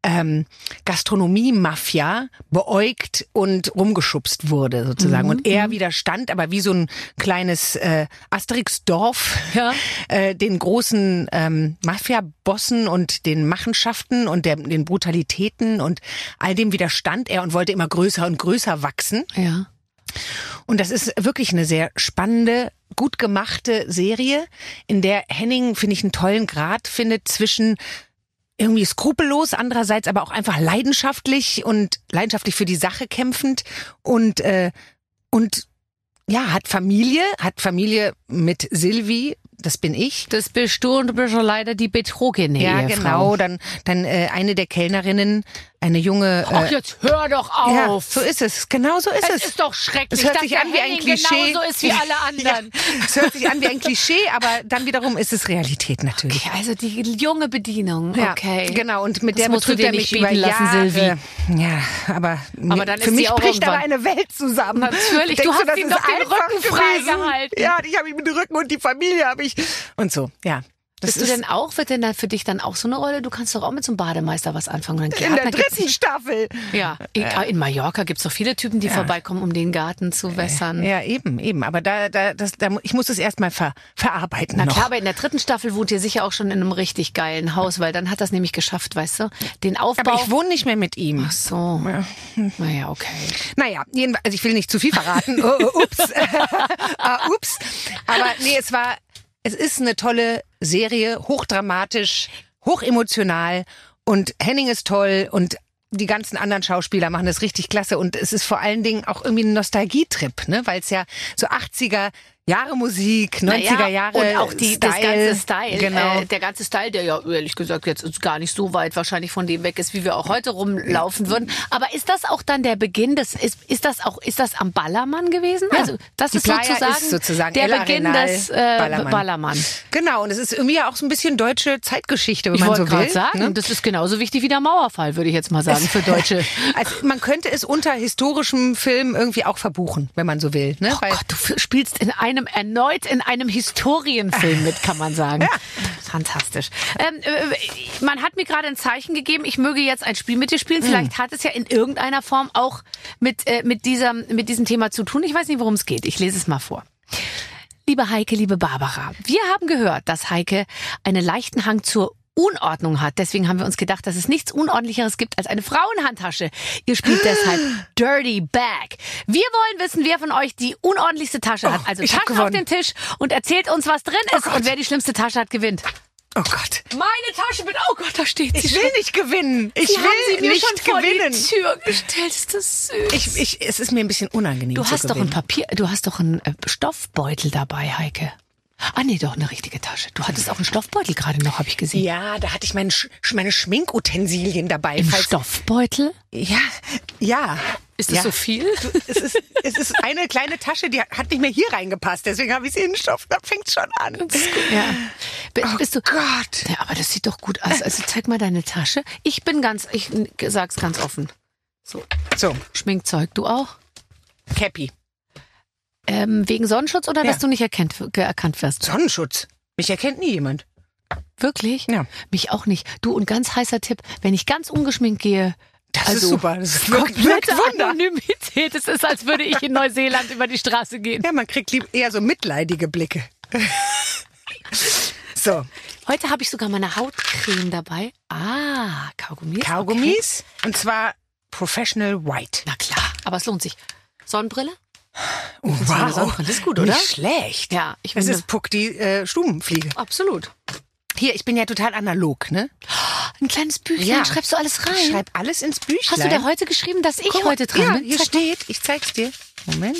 Gastronomie-Mafia beäugt und rumgeschubst wurde sozusagen. Und er widerstand, aber wie so ein kleines Asterix-Dorf den großen Mafia-Bossen und den Machenschaften und den Brutalitäten und all dem widerstand er und wollte immer größer und größer wachsen. Ja. Und das ist wirklich eine sehr spannende, gut gemachte Serie, in der Henning, finde ich, einen tollen Grad findet zwischen irgendwie skrupellos, andererseits aber auch einfach leidenschaftlich für die Sache kämpfend und hat Familie mit Silvi. Das bin ich. Das bist du und du bist schon leider die betrogene Ja, Ehefrau. genau. Dann eine der Kellnerinnen, eine junge... Ach, jetzt hör doch auf. Ja, so ist es. Genau so ist es. Es ist doch schrecklich. Es hört sich an wie ein Klischee. Genauso ist wie alle anderen. Es hört sich an wie ein Klischee, aber dann wiederum ist es Realität natürlich. Okay, also die junge Bedienung. Okay. Ja, genau. Und mit das der betrügt er mich über Jahre. Silvi. Ja, aber dann für ist mich auch bricht aber irgendwann eine Welt zusammen. Natürlich. Du hast ihm doch den Rücken freigehalten. Ja, ich habe ihm den Rücken und die Familie habe ich. Und so, ja. Wird denn dann für dich dann auch so eine Rolle? Du kannst doch auch mit so einem Bademeister was anfangen. In der 3. Staffel. Ja, in Mallorca gibt's doch viele Typen, die vorbeikommen, um den Garten zu wässern. Ja, eben. Aber ich muss es erstmal verarbeiten. Na klar, aber in der 3. Staffel wohnt ihr sicher auch schon in einem richtig geilen Haus, weil dann hat das nämlich geschafft, weißt du? Den Aufbau. Aber ich wohne nicht mehr mit ihm. Ach so. Ja. Naja, okay. Naja, also ich will nicht zu viel verraten. Ups. Ups. Aber nee, es ist eine tolle Serie, hochdramatisch, hochemotional und Henning ist toll und die ganzen anderen Schauspieler machen das richtig klasse und es ist vor allen Dingen auch irgendwie ein Nostalgietrip, ne, weil es ja so 80er Jahre Musik, 90er Jahre und auch das ganze Style. Genau. Der ganze Style, der ja ehrlich gesagt jetzt gar nicht so weit wahrscheinlich von dem weg ist, wie wir auch heute rumlaufen würden. Aber ist das auch dann der Beginn ist das am Ballermann gewesen? Ja. Also das ist sozusagen der El Beginn Arenal des Ballermann. Genau, und es ist irgendwie ja auch so ein bisschen deutsche Zeitgeschichte, wenn man so will. Ich wollte gerade sagen, das ist genauso wichtig wie der Mauerfall, würde ich jetzt mal sagen, für Deutsche. Also man könnte es unter historischem Film irgendwie auch verbuchen, wenn man so will. Ne? Oh Gott, du spielst erneut in einem Historienfilm mit, kann man sagen. Ja. Fantastisch. Man hat mir gerade ein Zeichen gegeben, ich möge jetzt ein Spiel mit dir spielen. Vielleicht hat es ja in irgendeiner Form auch mit diesem Thema zu tun. Ich weiß nicht, worum es geht. Ich lese es mal vor. Liebe Heike, liebe Barbara, wir haben gehört, dass Heike einen leichten Hang zur Unordnung hat. Deswegen haben wir uns gedacht, dass es nichts Unordentlicheres gibt als eine Frauenhandtasche. Ihr spielt deshalb Dirty Bag. Wir wollen wissen, wer von euch die unordentlichste Tasche hat. Also Taschen auf den Tisch und erzählt uns, was drin ist. Und wer die schlimmste Tasche hat, gewinnt. Oh Gott. Meine Tasche mit, oh Gott, da steht sie. Ich will nicht gewinnen. Ich will nicht gewinnen. Die Tür gestellt, ist das süß. Es ist mir ein bisschen unangenehm. Du hast doch einen Stoffbeutel dabei, Heike. Ah nee, doch eine richtige Tasche. Du hattest auch einen Stoffbeutel gerade noch, habe ich gesehen. Ja, da hatte ich meine Schminkutensilien dabei. Im Stoffbeutel? Ja. Ist das so viel? Es ist eine kleine Tasche, die hat nicht mehr hier reingepasst. Deswegen habe ich sie in den Stoff. Da fängt's schon an. Ja. Bist du? Gott. Ja, aber das sieht doch gut aus. Also zeig mal deine Tasche. Ich sag's ganz offen. So. Schminkzeug. Du auch? Cappy. Wegen Sonnenschutz oder dass du nicht erkannt wirst? Sonnenschutz. Mich erkennt nie jemand. Wirklich? Ja. Mich auch nicht. Du, und ganz heißer Tipp, wenn ich ganz ungeschminkt gehe, das ist super. Das ist komplette Anonymität. Es ist, als würde ich in Neuseeland über die Straße gehen. Ja, man kriegt eher so mitleidige Blicke. So. Heute habe ich sogar meine Hautcreme dabei. Kaugummis. Kaugummis. Okay. Und zwar Professional White. Na klar, aber es lohnt sich. Sonnenbrille? Oh, wow. Sonnenbrille ist gut, oder? Nicht schlecht. Ja, es ist Puck, die Stubenfliege. Absolut. Hier, ich bin ja total analog, ne? Ein kleines Büchlein, schreibst du alles rein? Ich schreib alles ins Büchlein. Hast du dir heute geschrieben, dass ich heute dran bin? Hier steht, ich zeig's dir. Moment.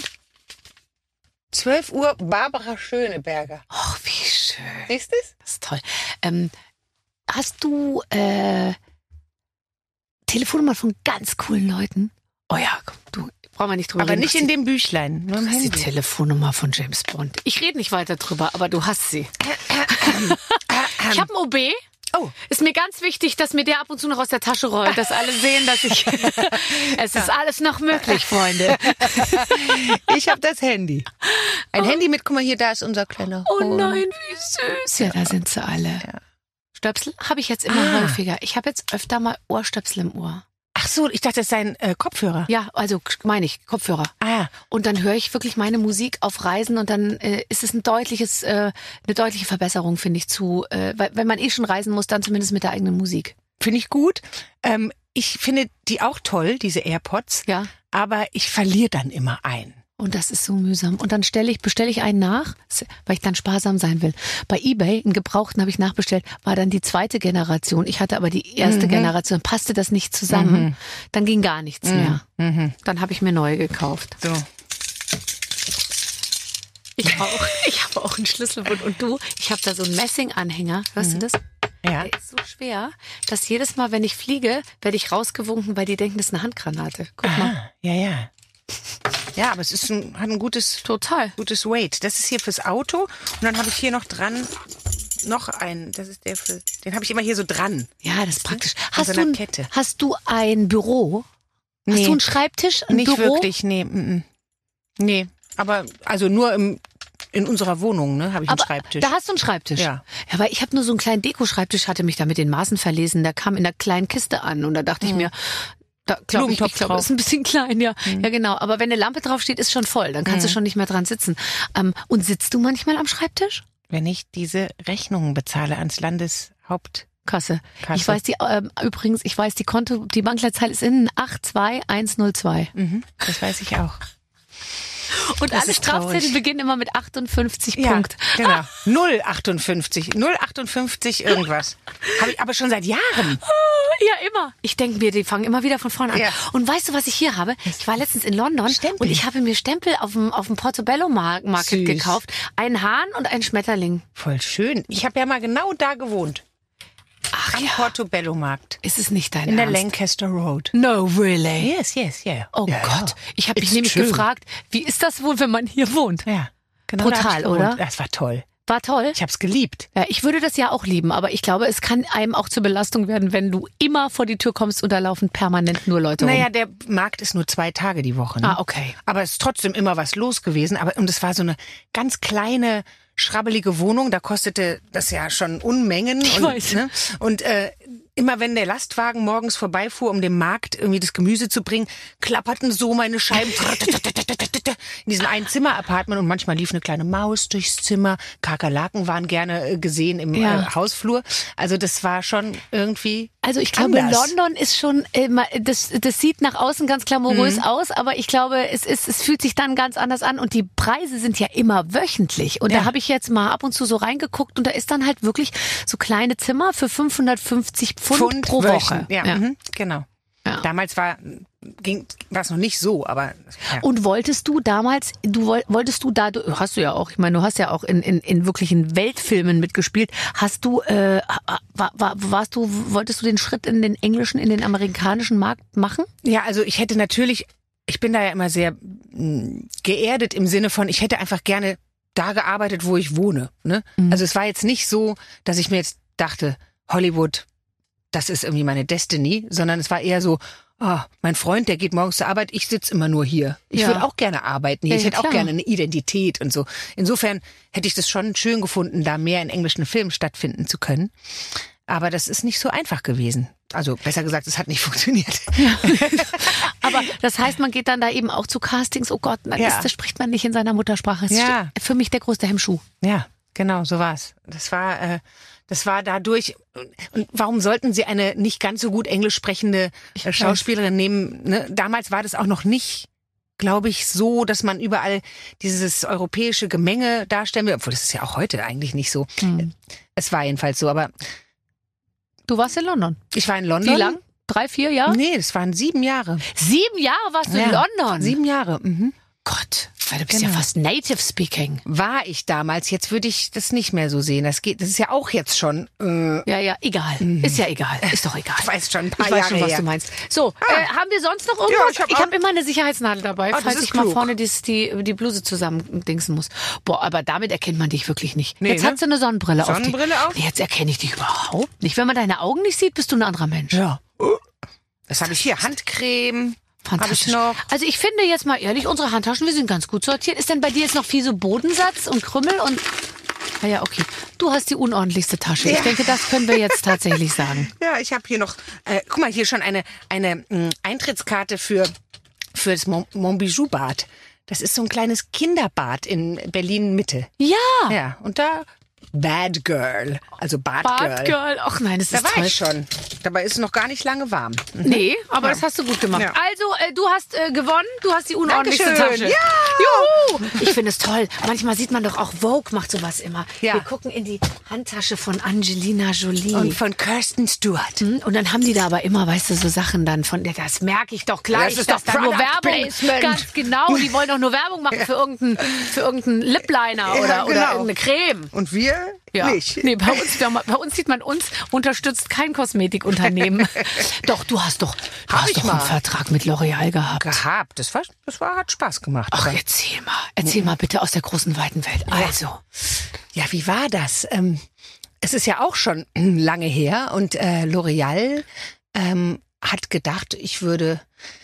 12 Uhr, Barbara Schöneberger. Ach, wie schön. Siehst du es? Das ist toll. Hast du Telefonnummer von ganz coolen Leuten? Oh ja, du, brauchen wir nicht drüber reden. Aber nicht in dem Büchlein. Du hast die Telefonnummer von James Bond. Ich rede nicht weiter drüber, aber du hast sie. Ich habe ein OB. Oh. Ist mir ganz wichtig, dass mir der ab und zu noch aus der Tasche rollt, dass alle sehen, dass ich... Es ist alles noch möglich, Freunde. Ich habe das Handy. Ein Handy mit, guck mal hier, da ist unser kleiner Hund. Oh nein, wie süß. Ja, da sind sie alle. Ja. Stöpsel habe ich jetzt immer häufiger. Ich habe jetzt öfter mal Ohrstöpsel im Ohr. Ach so, ich dachte, das seien Kopfhörer. Ja, also meine ich, Kopfhörer. Und dann höre ich wirklich meine Musik auf Reisen und dann ist es eine deutliche Verbesserung, finde ich, weil wenn man schon reisen muss, dann zumindest mit der eigenen Musik. Finde ich gut. Ich finde die auch toll, diese AirPods. Ja. Aber ich verliere dann immer einen. Und das ist so mühsam. Und dann bestelle ich einen nach, weil ich dann sparsam sein will. Bei eBay, einen gebrauchten habe ich nachbestellt, war dann die zweite Generation. Ich hatte aber die erste Generation, passte das nicht zusammen. Dann ging gar nichts mehr. Dann habe ich mir neue gekauft. So. Ich habe auch einen Schlüsselbund. Und du, ich habe da so einen Messinganhänger. Hörst du das? Ja. Der ist so schwer, dass jedes Mal, wenn ich fliege, werde ich rausgewunken, weil die denken, das ist eine Handgranate. Guck mal. Ja. Ja, aber es ist hat ein gutes Weight. Das ist hier fürs Auto. Und dann habe ich hier noch dran noch einen. Das ist den habe ich immer hier so dran. Ja, das ist praktisch. Hast du ein Büro? Nee. Hast du einen Schreibtisch? Ein Nicht Büro? wirklich, nee. Nee, aber also nur in unserer Wohnung, ne, habe ich einen Schreibtisch. Da hast du einen Schreibtisch? Ja. Ja, weil ich habe nur so einen kleinen Dekoschreibtisch, hatte mich da mit den Maßen verlesen. Der kam in der kleinen Kiste an und da dachte ich mir, ich glaube, das ist ein bisschen klein, ja. Ja, genau. Aber wenn eine Lampe draufsteht, ist schon voll. Dann kannst du schon nicht mehr dran sitzen. Und sitzt du manchmal am Schreibtisch? Wenn ich diese Rechnungen bezahle ans Landeshauptkasse. Ich weiß übrigens, die Bankleitzahl ist innen 82102. Das weiß ich auch. Und alle Strafzettel beginnen immer mit 58 Punkt. Genau. 058 irgendwas. Habe ich aber schon seit Jahren. Ja, immer. Ich denke mir, die fangen immer wieder von vorne an. Ja. Und weißt du, was ich hier habe? Ich war letztens in London und ich habe mir Stempel auf dem Portobello Market gekauft. Einen Hahn und einen Schmetterling. Voll schön. Ich habe ja mal genau da gewohnt. Am Portobello Markt. Ist es nicht dein In Ernst? der Lancaster Road. No, really? Yes, yeah. Oh Gott. Ich habe mich nämlich gefragt, wie ist das wohl, wenn man hier wohnt? Ja. Genau. Brutal, oder? Das war toll. War toll? Ich habe es geliebt. Ja, ich würde das ja auch lieben, aber ich glaube, es kann einem auch zur Belastung werden, wenn du immer vor die Tür kommst und da laufen permanent nur Leute rum. Naja, der Markt ist nur 2 Tage die Woche. Ne? Okay. Aber es ist trotzdem immer was los gewesen. Und es war so eine ganz kleine, schrabbelige Wohnung. Da kostete das ja schon Unmengen. Ich weiß. Ne? Und immer wenn der Lastwagen morgens vorbeifuhr, um dem Markt irgendwie das Gemüse zu bringen, klapperten so meine Scheiben in diesem Einzimmer-Apartment und manchmal lief eine kleine Maus durchs Zimmer. Kakerlaken waren gerne gesehen im Hausflur. Also das war schon irgendwie Also ich glaube, anders. London ist schon, das sieht nach außen ganz glamourös aus, aber ich glaube, es fühlt sich dann ganz anders an und die Preise sind ja immer wöchentlich. Und da habe ich jetzt mal ab und zu so reingeguckt und da ist dann halt wirklich so kleine Zimmer für 550 Pfund pro Woche. Ja. Genau. Ja. Damals war es noch nicht so, aber... Ja. Und wolltest du damals, hast du ja auch, ich meine, du hast ja auch in wirklichen Weltfilmen mitgespielt, wolltest du den Schritt in den englischen, in den amerikanischen Markt machen? Ja, also ich bin da ja immer sehr geerdet im Sinne von, ich hätte einfach gerne da gearbeitet, wo ich wohne. Ne? Also es war jetzt nicht so, dass ich mir jetzt dachte, Hollywood, das ist irgendwie meine Destiny, sondern es war eher so, mein Freund, der geht morgens zur Arbeit, ich sitze immer nur hier. Ich würde auch gerne arbeiten hier, ich hätte auch gerne eine Identität und so. Insofern hätte ich das schon schön gefunden, da mehr in englischen Filmen stattfinden zu können. Aber das ist nicht so einfach gewesen. Also besser gesagt, es hat nicht funktioniert. Ja. Aber das heißt, man geht dann da eben auch zu Castings, oh Gott, das spricht man nicht in seiner Muttersprache. Das ist für mich der größte Hemmschuh. Ja, genau, so war's. Das war dadurch. Und warum sollten Sie eine nicht ganz so gut Englisch sprechende Schauspielerin nehmen? Ne? Damals war das auch noch nicht, glaube ich, so, dass man überall dieses europäische Gemenge darstellen will. Obwohl, das ist ja auch heute eigentlich nicht so. Es war jedenfalls so, aber... Du warst in London? Ich war in London. Wie lang? 3, 4 Jahre? Nee, das waren 7 Jahre. 7 Jahre warst du in London? 7 Jahre, Gott, du bist ja fast native speaking. War ich damals, jetzt würde ich das nicht mehr so sehen. Das ist ja auch jetzt schon... Ja, egal. Ist ja egal. Ist doch egal. Ich weiß schon ein paar Jahre Jahre schon, was her. du meinst. So, haben wir sonst noch irgendwas? Ja, ich habe immer eine Sicherheitsnadel dabei, falls ich mal vorne die Bluse zusammendingsen muss. Boah, aber damit erkennt man dich wirklich nicht. Nee, jetzt hat sie eine Sonnenbrille auf. Auf? Jetzt erkenne ich dich überhaupt nicht. Wenn man deine Augen nicht sieht, bist du ein anderer Mensch. Ja. Was habe ich hier? Handcreme. Fantastisch. Noch. Also ich finde jetzt mal ehrlich, unsere Handtaschen, wir sind ganz gut sortiert. Ist denn bei dir jetzt noch viel so Bodensatz und Krümmel und... Ja, okay. Du hast die unordentlichste Tasche. Ich denke, das können wir jetzt tatsächlich sagen. Ja, ich habe hier noch, guck mal, hier schon eine Eintrittskarte für das Montbijou-Bad. Das ist so ein kleines Kinderbad in Berlin-Mitte. Ja. Ja, und da... Bad Girl, also Badgirl. Badgirl, ach nein, das ist toll. Da war ich schon. Dabei ist es noch gar nicht lange warm. Nee, aber das hast du gut gemacht. Ja. Also, du hast gewonnen, du hast die unordentlichste Tasche. Ja! Juhu! Ich finde es toll. Manchmal sieht man doch auch, Vogue macht sowas immer. Ja. Wir gucken in die Handtasche von Angelina Jolie. Und von Kirsten Stewart. Und dann haben die da aber immer, weißt du, so Sachen dann von, das merke ich doch gleich, das ist doch da nur Werbung. Placement. Ganz genau, die wollen doch nur Werbung machen für irgendeinen Lip-Liner oder irgendeine Creme. Und wir nicht. Nee, bei uns sieht man, uns unterstützt kein Kosmetikunternehmen. Doch, du hast doch einen Vertrag mit L'Oreal gehabt. Das hat Spaß gemacht. Ach, erzähl mal bitte aus der großen, weiten Welt. Also. Ja, wie war das? Es ist ja auch schon lange her und L'Oreal hat gedacht, ich würde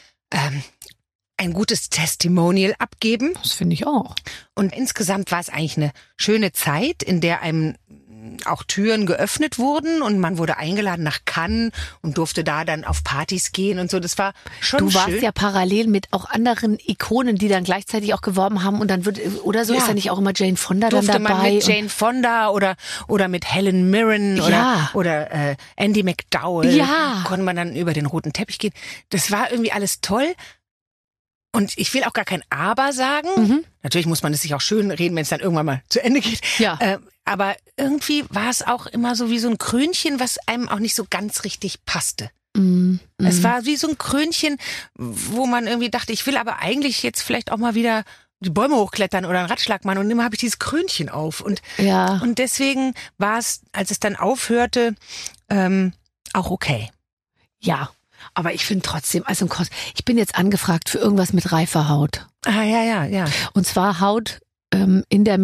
ein gutes Testimonial abgeben. Das finde ich auch. Und insgesamt war es eigentlich eine schöne Zeit, in der einem auch Türen geöffnet wurden und man wurde eingeladen nach Cannes und durfte da dann auf Partys gehen und so. Das war schon schön. Du warst ja parallel mit auch anderen Ikonen, die dann gleichzeitig auch geworben haben und dann ist ja nicht auch immer Jane Fonda dann dabei? Durfte man mit Jane Fonda oder mit Helen Mirren oder Andy McDowell. Ja. Konnte man dann über den roten Teppich gehen. Das war irgendwie alles toll. Und ich will auch gar kein Aber sagen. Natürlich muss man es sich auch schön reden, wenn es dann irgendwann mal zu Ende geht. Ja. Aber irgendwie war es auch immer so wie so ein Krönchen, was einem auch nicht so ganz richtig passte. Es war wie so ein Krönchen, wo man irgendwie dachte, ich will aber eigentlich jetzt vielleicht auch mal wieder die Bäume hochklettern oder einen Ratschlag machen und immer habe ich dieses Krönchen auf. Und deswegen war es, als es dann aufhörte, auch okay. Ja. Aber ich finde trotzdem, also ich bin jetzt angefragt für irgendwas mit reifer Haut. Ah, ja. Und zwar Haut in der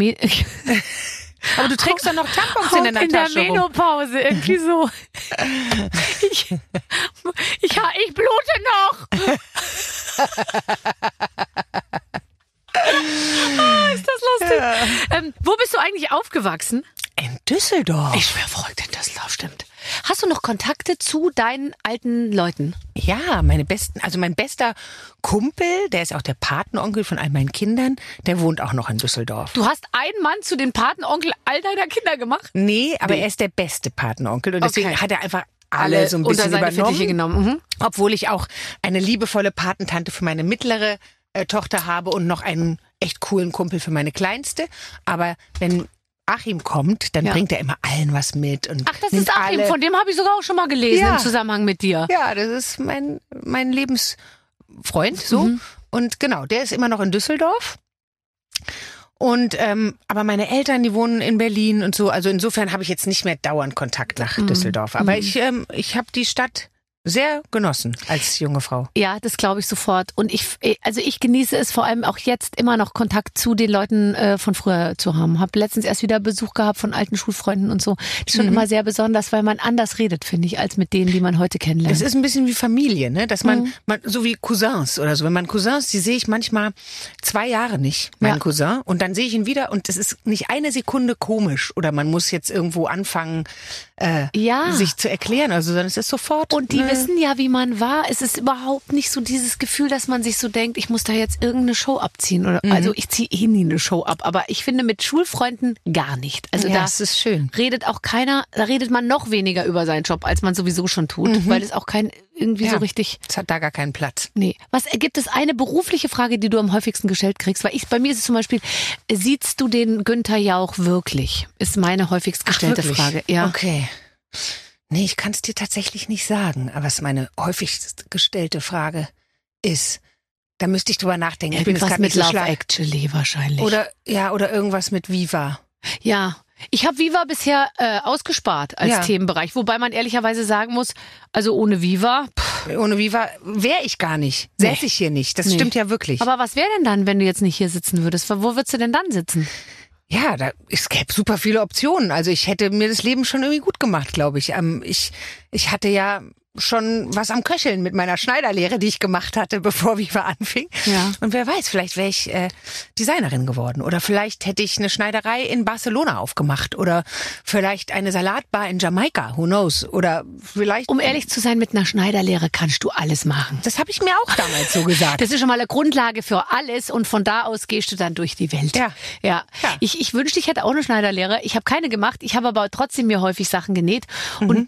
Aber du trägst doch noch Tampons in der Tasche in der Menopause, irgendwie so. Ich blute noch. Ist das lustig. Ja. Wo bist du eigentlich aufgewachsen? In Düsseldorf. Ich schwör verrückt, in Düsseldorf, stimmt. Hast hast du noch Kontakte zu deinen alten Leuten? Ja, mein bester Kumpel, der ist auch der Patenonkel von all meinen Kindern, der wohnt auch noch in Düsseldorf. Du hast einen Mann zu den Patenonkel all deiner Kinder gemacht? Nee, aber er ist der beste Patenonkel und deswegen hat er einfach alle so ein bisschen unter seine Fittiche genommen. Mhm. Obwohl ich auch eine liebevolle Patentante für meine mittlere Tochter habe und noch einen echt coolen Kumpel für meine kleinste. Aber wenn Achim kommt, dann bringt er immer allen was mit. Und ach, das ist Achim, von dem habe ich sogar auch schon mal gelesen im Zusammenhang mit dir. Ja, das ist mein Lebensfreund, so. Mhm. Und genau, der ist immer noch in Düsseldorf. Und aber meine Eltern, die wohnen in Berlin und so. Also insofern habe ich jetzt nicht mehr dauernd Kontakt nach Düsseldorf. Aber ich habe die Stadt sehr genossen als junge Frau. Ja, das glaube ich sofort. Und ich genieße es vor allem auch jetzt immer noch Kontakt zu den Leuten von früher zu haben. Habe letztens erst wieder Besuch gehabt von alten Schulfreunden und so. Das ist schon immer sehr besonders, weil man anders redet, finde ich, als mit denen, die man heute kennenlernt. Das ist ein bisschen wie Familie, ne? Dass man so wie Cousins oder so. Wenn man Cousins, die sehe ich manchmal 2 Jahre nicht, meinen Cousin. Und dann sehe ich ihn wieder und das ist nicht eine Sekunde komisch. Oder man muss jetzt irgendwo anfangen, sich zu erklären. Also sondern es ist sofort. Und die wissen ja, wie man war. Es ist überhaupt nicht so dieses Gefühl, dass man sich so denkt, ich muss da jetzt irgendeine Show abziehen. Oder also ich ziehe eh nie eine Show ab. Aber ich finde mit Schulfreunden gar nicht. Also das ist schön. Redet auch keiner, da redet man noch weniger über seinen Job, als man sowieso schon tut. Weil es auch irgendwie so richtig. Es hat da gar keinen Platz. Nee. Gibt es eine berufliche Frage, die du am häufigsten gestellt kriegst? Weil bei mir ist es zum Beispiel, siehst du den Günther Jauch wirklich? Ist meine häufigst gestellte Frage. Ja. Okay. Nee, ich kann es dir tatsächlich nicht sagen. Aber was meine häufigst gestellte Frage ist, da müsste ich drüber nachdenken. Ich bin jetzt gerade mit Love Actually wahrscheinlich. Oder irgendwas mit Viva. Ja. Ich habe Viva bisher ausgespart als Themenbereich, wobei man ehrlicherweise sagen muss, also ohne Viva wäre ich gar nicht. Säße ich hier nicht. Das stimmt ja wirklich. Aber was wäre denn dann, wenn du jetzt nicht hier sitzen würdest? Wo würdest du denn dann sitzen? Ja, es gäbe super viele Optionen. Also ich hätte mir das Leben schon irgendwie gut gemacht, glaube ich. Ich hatte ja schon was am Köcheln mit meiner Schneiderlehre, die ich gemacht hatte, bevor Viva anfing. Ja. Und wer weiß, vielleicht wäre ich Designerin geworden. Oder vielleicht hätte ich eine Schneiderei in Barcelona aufgemacht. Oder vielleicht eine Salatbar in Jamaika. Who knows? Oder vielleicht... Um ehrlich zu sein, mit einer Schneiderlehre kannst du alles machen. Das habe ich mir auch damals so gesagt. Das ist schon mal eine Grundlage für alles. Und von da aus gehst du dann durch die Welt. Ja. Ich wünschte, ich hätte auch eine Schneiderlehre. Ich habe keine gemacht. Ich habe aber trotzdem mir häufig Sachen genäht. Und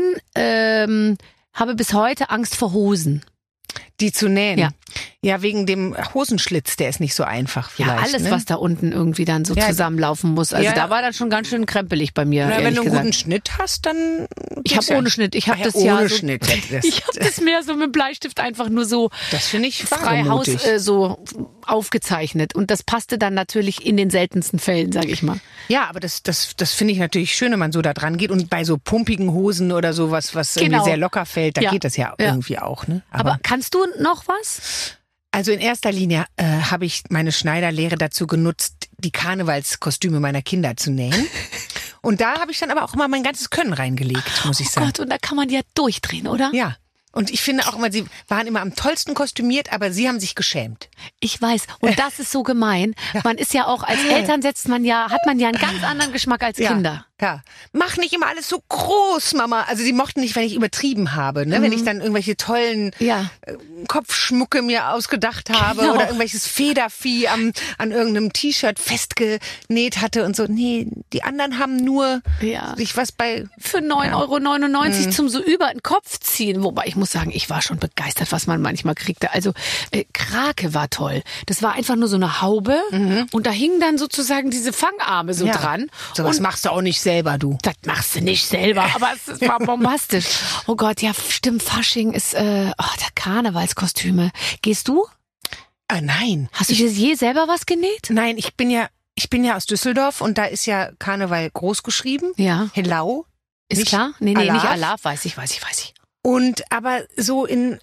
habe bis heute Angst vor Hosen. Die zu nähen? Ja, wegen dem Hosenschlitz, der ist nicht so einfach vielleicht. Ja, alles, was da unten irgendwie dann so zusammenlaufen muss. Also da war dann schon ganz schön krempelig bei mir, wenn du einen guten Schnitt hast, dann... Ich habe ohne Schnitt. Ich habe das ohne Schnitt. Ich habe das mehr so mit Bleistift einfach nur so das finde ich frei Haus so aufgezeichnet. Und das passte dann natürlich in den seltensten Fällen, sage ich mal. Ja, aber das finde ich natürlich schön, wenn man so da dran geht. Und bei so pumpigen Hosen oder sowas, was irgendwie sehr locker fällt, da geht das ja irgendwie auch. Ne? Aber kannst du noch was? Also in erster Linie habe ich meine Schneiderlehre dazu genutzt, die Karnevalskostüme meiner Kinder zu nähen. Und da habe ich dann aber auch immer mein ganzes Können reingelegt, muss ich sagen. Oh Gott, und da kann man ja durchdrehen, oder? Ja. Und ich finde auch immer, sie waren immer am tollsten kostümiert, aber sie haben sich geschämt. Ich weiß. Und das ist so gemein. Man ist ja auch, als Eltern hat man ja einen ganz anderen Geschmack als Kinder. Ja. Mach nicht immer alles so groß, Mama. Also sie mochten nicht, wenn ich übertrieben habe, ne? Wenn ich dann irgendwelche tollen Kopfschmucke mir ausgedacht habe oder irgendwelches Federvieh an irgendeinem T-Shirt festgenäht hatte und so. Nee, die anderen haben nur sich was für 9,99 € zum so über den Kopf ziehen. Wobei ich muss sagen, ich war schon begeistert, was man manchmal kriegte. Also Krake war toll. Das war einfach nur so eine Haube und da hingen dann sozusagen diese Fangarme so dran. So was machst du auch nicht selber, du. Das machst du nicht selber, aber es war bombastisch. Oh Gott, ja, stimmt, Fasching ist der Karnevalskostüme. Gehst du? Nein. Hast du dir je selber was genäht? Nein, ich bin ja aus Düsseldorf und da ist ja Karneval groß geschrieben. Ja. Hellau. Ist klar? Nee, nicht Alaf, weiß ich. Und aber so in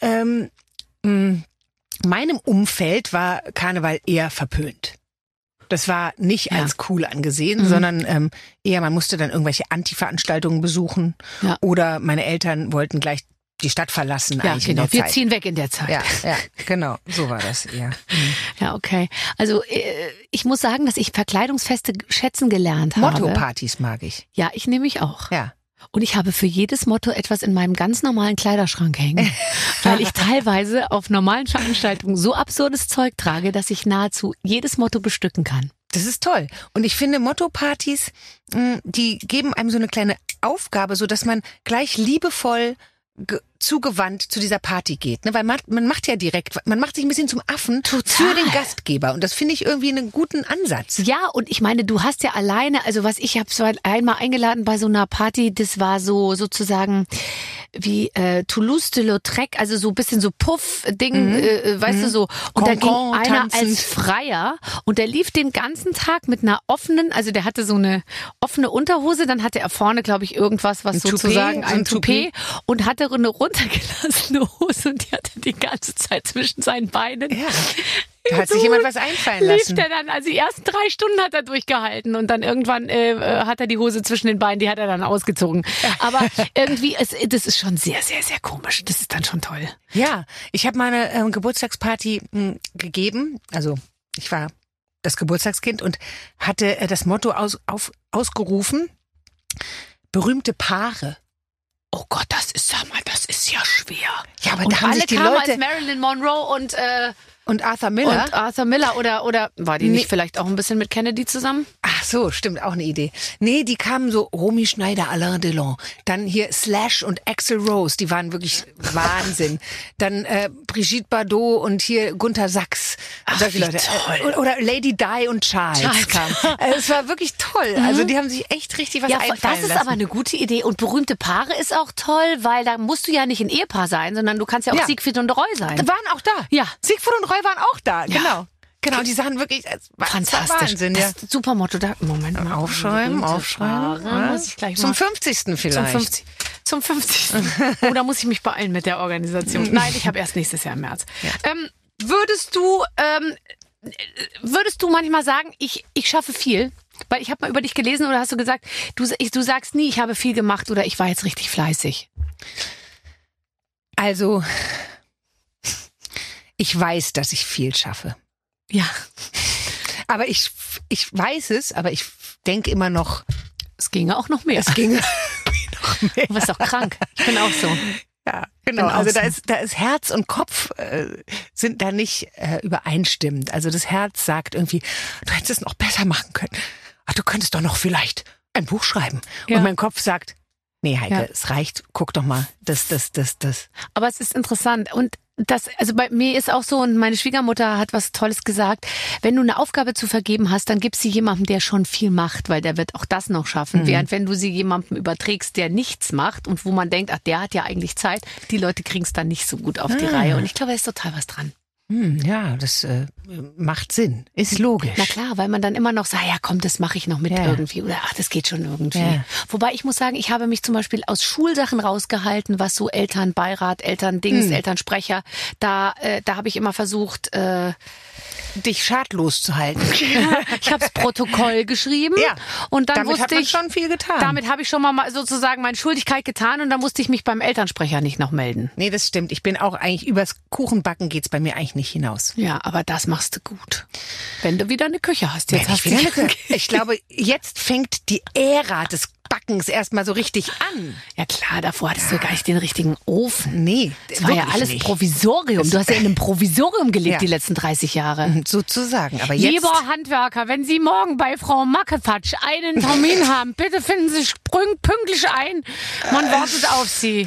meinem Umfeld war Karneval eher verpönt. Das war nicht als cool angesehen, sondern eher, man musste dann irgendwelche Anti-Veranstaltungen besuchen oder meine Eltern wollten gleich die Stadt verlassen. Ja, genau. Wir ziehen weg in der Zeit. Ja, genau. So war das eher. Ja, okay. Also ich muss sagen, dass ich Verkleidungsfeste schätzen gelernt habe. Motto-Partys mag ich. Ja, ich nehme mich auch. Ja. Und ich habe für jedes Motto etwas in meinem ganz normalen Kleiderschrank hängen, weil ich teilweise auf normalen Veranstaltungen so absurdes Zeug trage, dass ich nahezu jedes Motto bestücken kann. Das ist toll. Und ich finde Motto-Partys, die geben einem so eine kleine Aufgabe, so dass man gleich liebevoll zugewandt zu dieser Party geht, ne? Weil man macht ja direkt, man macht sich ein bisschen zum Affen für den Gastgeber und das finde ich irgendwie einen guten Ansatz. Ja, und ich meine, du hast ja alleine, also ich habe so einmal eingeladen bei so einer Party, das war so sozusagen wie Toulouse-de-Lautrec, also so ein bisschen so Puff-Ding, weißt du so. Und da ging einer als Freier und der lief den ganzen Tag mit einer offenen, also der hatte so eine offene Unterhose, dann hatte er vorne, glaube ich, irgendwas, was sozusagen ein Toupet und hatte eine runtergelassene Hose und die hatte die ganze Zeit zwischen seinen Beinen. Ja. Da hat sich jemand was einfallen lassen. Lief der dann, also die ersten 3 Stunden hat er durchgehalten und dann irgendwann hat er die Hose zwischen den Beinen, die hat er dann ausgezogen. Aber irgendwie, das ist schon sehr, sehr, sehr komisch. Das ist dann schon toll. Ja, ich habe mal eine Geburtstagsparty gegeben. Also ich war das Geburtstagskind und hatte das Motto ausgerufen, berühmte Paare. Oh Gott, das ist ja schwer. Ja, aber und da haben alle sich die kamen Leute als Marilyn Monroe und Arthur Miller. Und Arthur Miller oder war die nicht vielleicht auch ein bisschen mit Kennedy zusammen? Ach so, stimmt, auch eine Idee. Nee, die kamen so Romy Schneider, Alain Delon. Dann hier Slash und Axl Rose, die waren wirklich Wahnsinn. Dann Brigitte Bardot und hier Gunter Sachs. Ach, solche Leute. Toll. Oder Lady Di und Charles kamen. Es war wirklich toll. Also die haben sich echt richtig was einfallen lassen. Das ist aber eine gute Idee. Und berühmte Paare ist auch toll, weil da musst du ja nicht ein Ehepaar sein, sondern du kannst ja auch Siegfried und Roy sein. Waren auch da. Ja. Siegfried und Roy waren auch da, ja. Genau, die sahen wirklich fantastisch. Wahnsinn, das ist super Motto. Moment mal. Aufschreiben. Muss ich gleich zum 50. vielleicht. Zum 50. Oh, da muss ich mich beeilen mit der Organisation. Nein, ich habe erst nächstes Jahr im März. Ja. Würdest du manchmal sagen, ich schaffe viel? Weil ich habe mal über dich gelesen oder hast du gesagt, du sagst nie, ich habe viel gemacht oder ich war jetzt richtig fleißig. Also, ich weiß, dass ich viel schaffe. Ja. Aber ich weiß es, aber ich denke immer noch, es ginge auch noch mehr. Es ginge noch mehr. Du bist doch krank. Ich bin auch so. Ja, genau. Also da ist Herz und Kopf sind da nicht übereinstimmend. Also das Herz sagt irgendwie, du hättest es noch besser machen können. Ach, du könntest doch noch vielleicht ein Buch schreiben. Ja. Und mein Kopf sagt, nee, Heike, es reicht. Guck doch mal, das. Aber es ist interessant und also bei mir ist auch so, und meine Schwiegermutter hat was Tolles gesagt, wenn du eine Aufgabe zu vergeben hast, dann gib sie jemandem, der schon viel macht, weil der wird auch das noch schaffen. Während wenn du sie jemandem überträgst, der nichts macht und wo man denkt, ach, der hat ja eigentlich Zeit, die Leute kriegen es dann nicht so gut auf die Reihe. Und ich glaube, da ist total was dran. Ja, das macht Sinn. Ist logisch. Na klar, weil man dann immer noch sagt, ja komm, das mache ich noch mit irgendwie. Oder ach, das geht schon irgendwie. Ja. Wobei ich muss sagen, ich habe mich zum Beispiel aus Schulsachen rausgehalten, was so Elternbeirat, Elterndings, Elternsprecher, da habe ich immer versucht, dich schadlos zu halten. Ich habe das Protokoll geschrieben und dann damit wusste hat man schon viel getan. Damit habe ich schon mal sozusagen meine Schuldigkeit getan und dann musste ich mich beim Elternsprecher nicht noch melden. Nee, das stimmt. Ich bin auch eigentlich, übers Kuchenbacken geht's bei mir eigentlich nicht hinaus. Ja, aber das machst du gut. Wenn du wieder eine Küche hast. Jetzt hast du eine Küche. Ich glaube, jetzt fängt die Ära des Backens erstmal so richtig an. Ja klar, davor hattest du gar nicht den richtigen Ofen. Nee, das war ja alles nicht. Provisorium. Du hast ja in einem Provisorium gelebt die letzten 30 Jahre. Sozusagen, aber jetzt... Lieber Handwerker, wenn Sie morgen bei Frau Mackefatsch einen Termin haben, bitte finden Sie sich pünktlich ein. Man wartet auf Sie.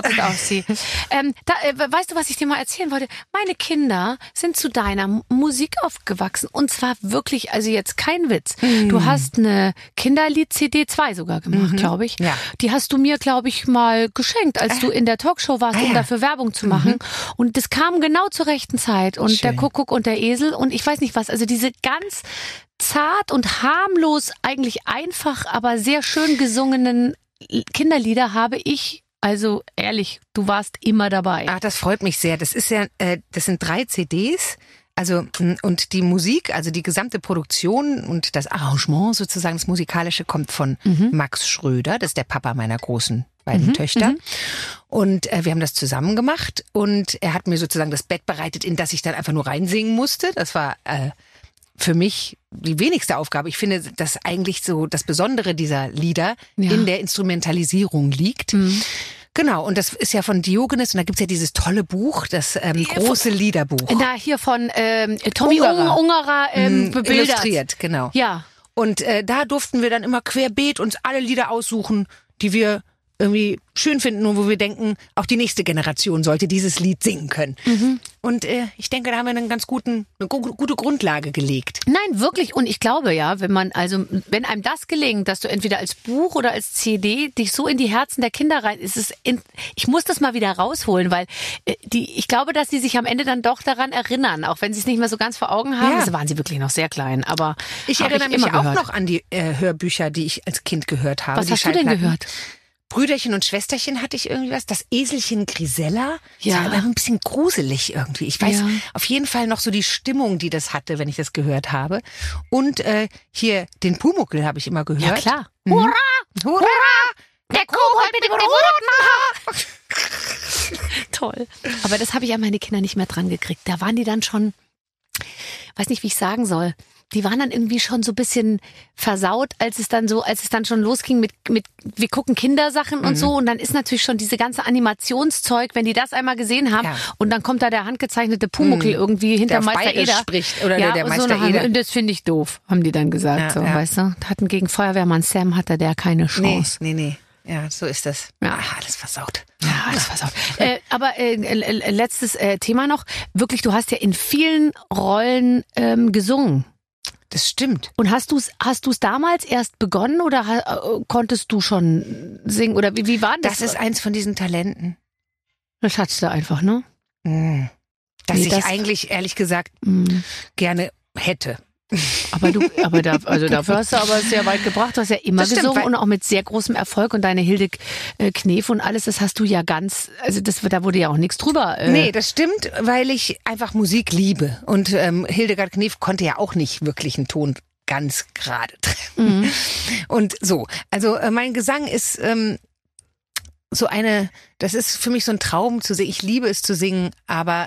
Weißt du, was ich dir mal erzählen wollte? Meine Kinder sind zu deiner Musik aufgewachsen. Und zwar wirklich, also jetzt kein Witz. Du hast eine Kinderlied-CD 2 sogar gemacht, glaube ich. Ja. Die hast du mir, glaube ich, mal geschenkt, als du in der Talkshow warst, um dafür Werbung zu machen. Und das kam genau zur rechten Zeit. Und der Kuckuck und der Esel und ich weiß nicht was. Also diese ganz zart und harmlos, eigentlich einfach, aber sehr schön gesungenen Kinderlieder habe ich, also ehrlich, du warst immer dabei. Ach, das freut mich sehr. Das ist ja, das sind 3 CDs. Also, und die Musik, also die gesamte Produktion und das Arrangement sozusagen, das Musikalische kommt von Max Schröder, das ist der Papa meiner großen beiden Töchter. Und wir haben das zusammen gemacht und er hat mir sozusagen das Bett bereitet, in das ich dann einfach nur reinsingen musste. Das war für mich die wenigste Aufgabe. Ich finde, dass eigentlich so das Besondere dieser Lieder in der Instrumentalisierung liegt. Genau, und das ist ja von Diogenes und da gibt's ja dieses tolle Buch, das große Liederbuch. Da hier von Tommy Ungerer bebildert. Illustriert, genau. Ja. Und da durften wir dann immer querbeet uns alle Lieder aussuchen, die wir irgendwie schön finden und wo wir denken, auch die nächste Generation sollte dieses Lied singen können. Und ich denke, da haben wir eine gute Grundlage gelegt. Nein, wirklich. Und ich glaube ja, wenn einem das gelingt, dass du entweder als Buch oder als CD dich so in die Herzen der Kinder rein, ich muss das mal wieder rausholen, weil ich glaube, dass sie sich am Ende dann doch daran erinnern, auch wenn sie es nicht mehr so ganz vor Augen haben. Also waren sie wirklich noch sehr klein, aber ich erinnere mich auch noch an die Hörbücher, die ich als Kind gehört habe. Was hast du denn gehört? Brüderchen und Schwesterchen hatte ich irgendwie was. Das Eselchen Grisella. Ja. Das war aber ein bisschen gruselig irgendwie. Ich weiß auf jeden Fall noch so die Stimmung, die das hatte, wenn ich das gehört habe. Und hier den Pumuckl habe ich immer gehört. Ja, klar. Hurra! Hurra! Der Kobold mit dem roten Haar! Toll. Aber das habe ich an meine Kinder nicht mehr dran gekriegt. Da waren die dann schon, weiß nicht, wie ich sagen soll. Die waren dann irgendwie schon so ein bisschen versaut, als es dann schon losging mit wir gucken Kindersachen und so. Und dann ist natürlich schon diese ganze Animationszeug, wenn die das einmal gesehen haben und dann kommt da der handgezeichnete Pumuckl irgendwie hinter Meister Eder. Spricht, oder der Meister so Eder. Und das finde ich doof, haben die dann gesagt. Weißt du? Hatten gegen Feuerwehrmann Sam hatte der keine Chance. Nee. Ja, so ist das. Ja. Alles versaut. Ja, alles versaut. Aber letztes Thema noch. Wirklich, du hast ja in vielen Rollen gesungen. Das stimmt. Und hast du's damals erst begonnen oder konntest du schon singen oder wie war das? Das ist eins von diesen Talenten. Das hattest du einfach, ne? Ich eigentlich ehrlich gesagt gerne hätte. Aber dafür hast du aber sehr weit gebracht. Du hast ja immer gesungen und auch mit sehr großem Erfolg und deine Hilde Knef und alles, das hast du ja da wurde ja auch nichts drüber. Nee, das stimmt, weil ich einfach Musik liebe. Und Hildegard Knef konnte ja auch nicht wirklich einen Ton ganz gerade treffen. Und so, also mein Gesang ist das ist für mich so ein Traum zu singen. Ich liebe es zu singen, aber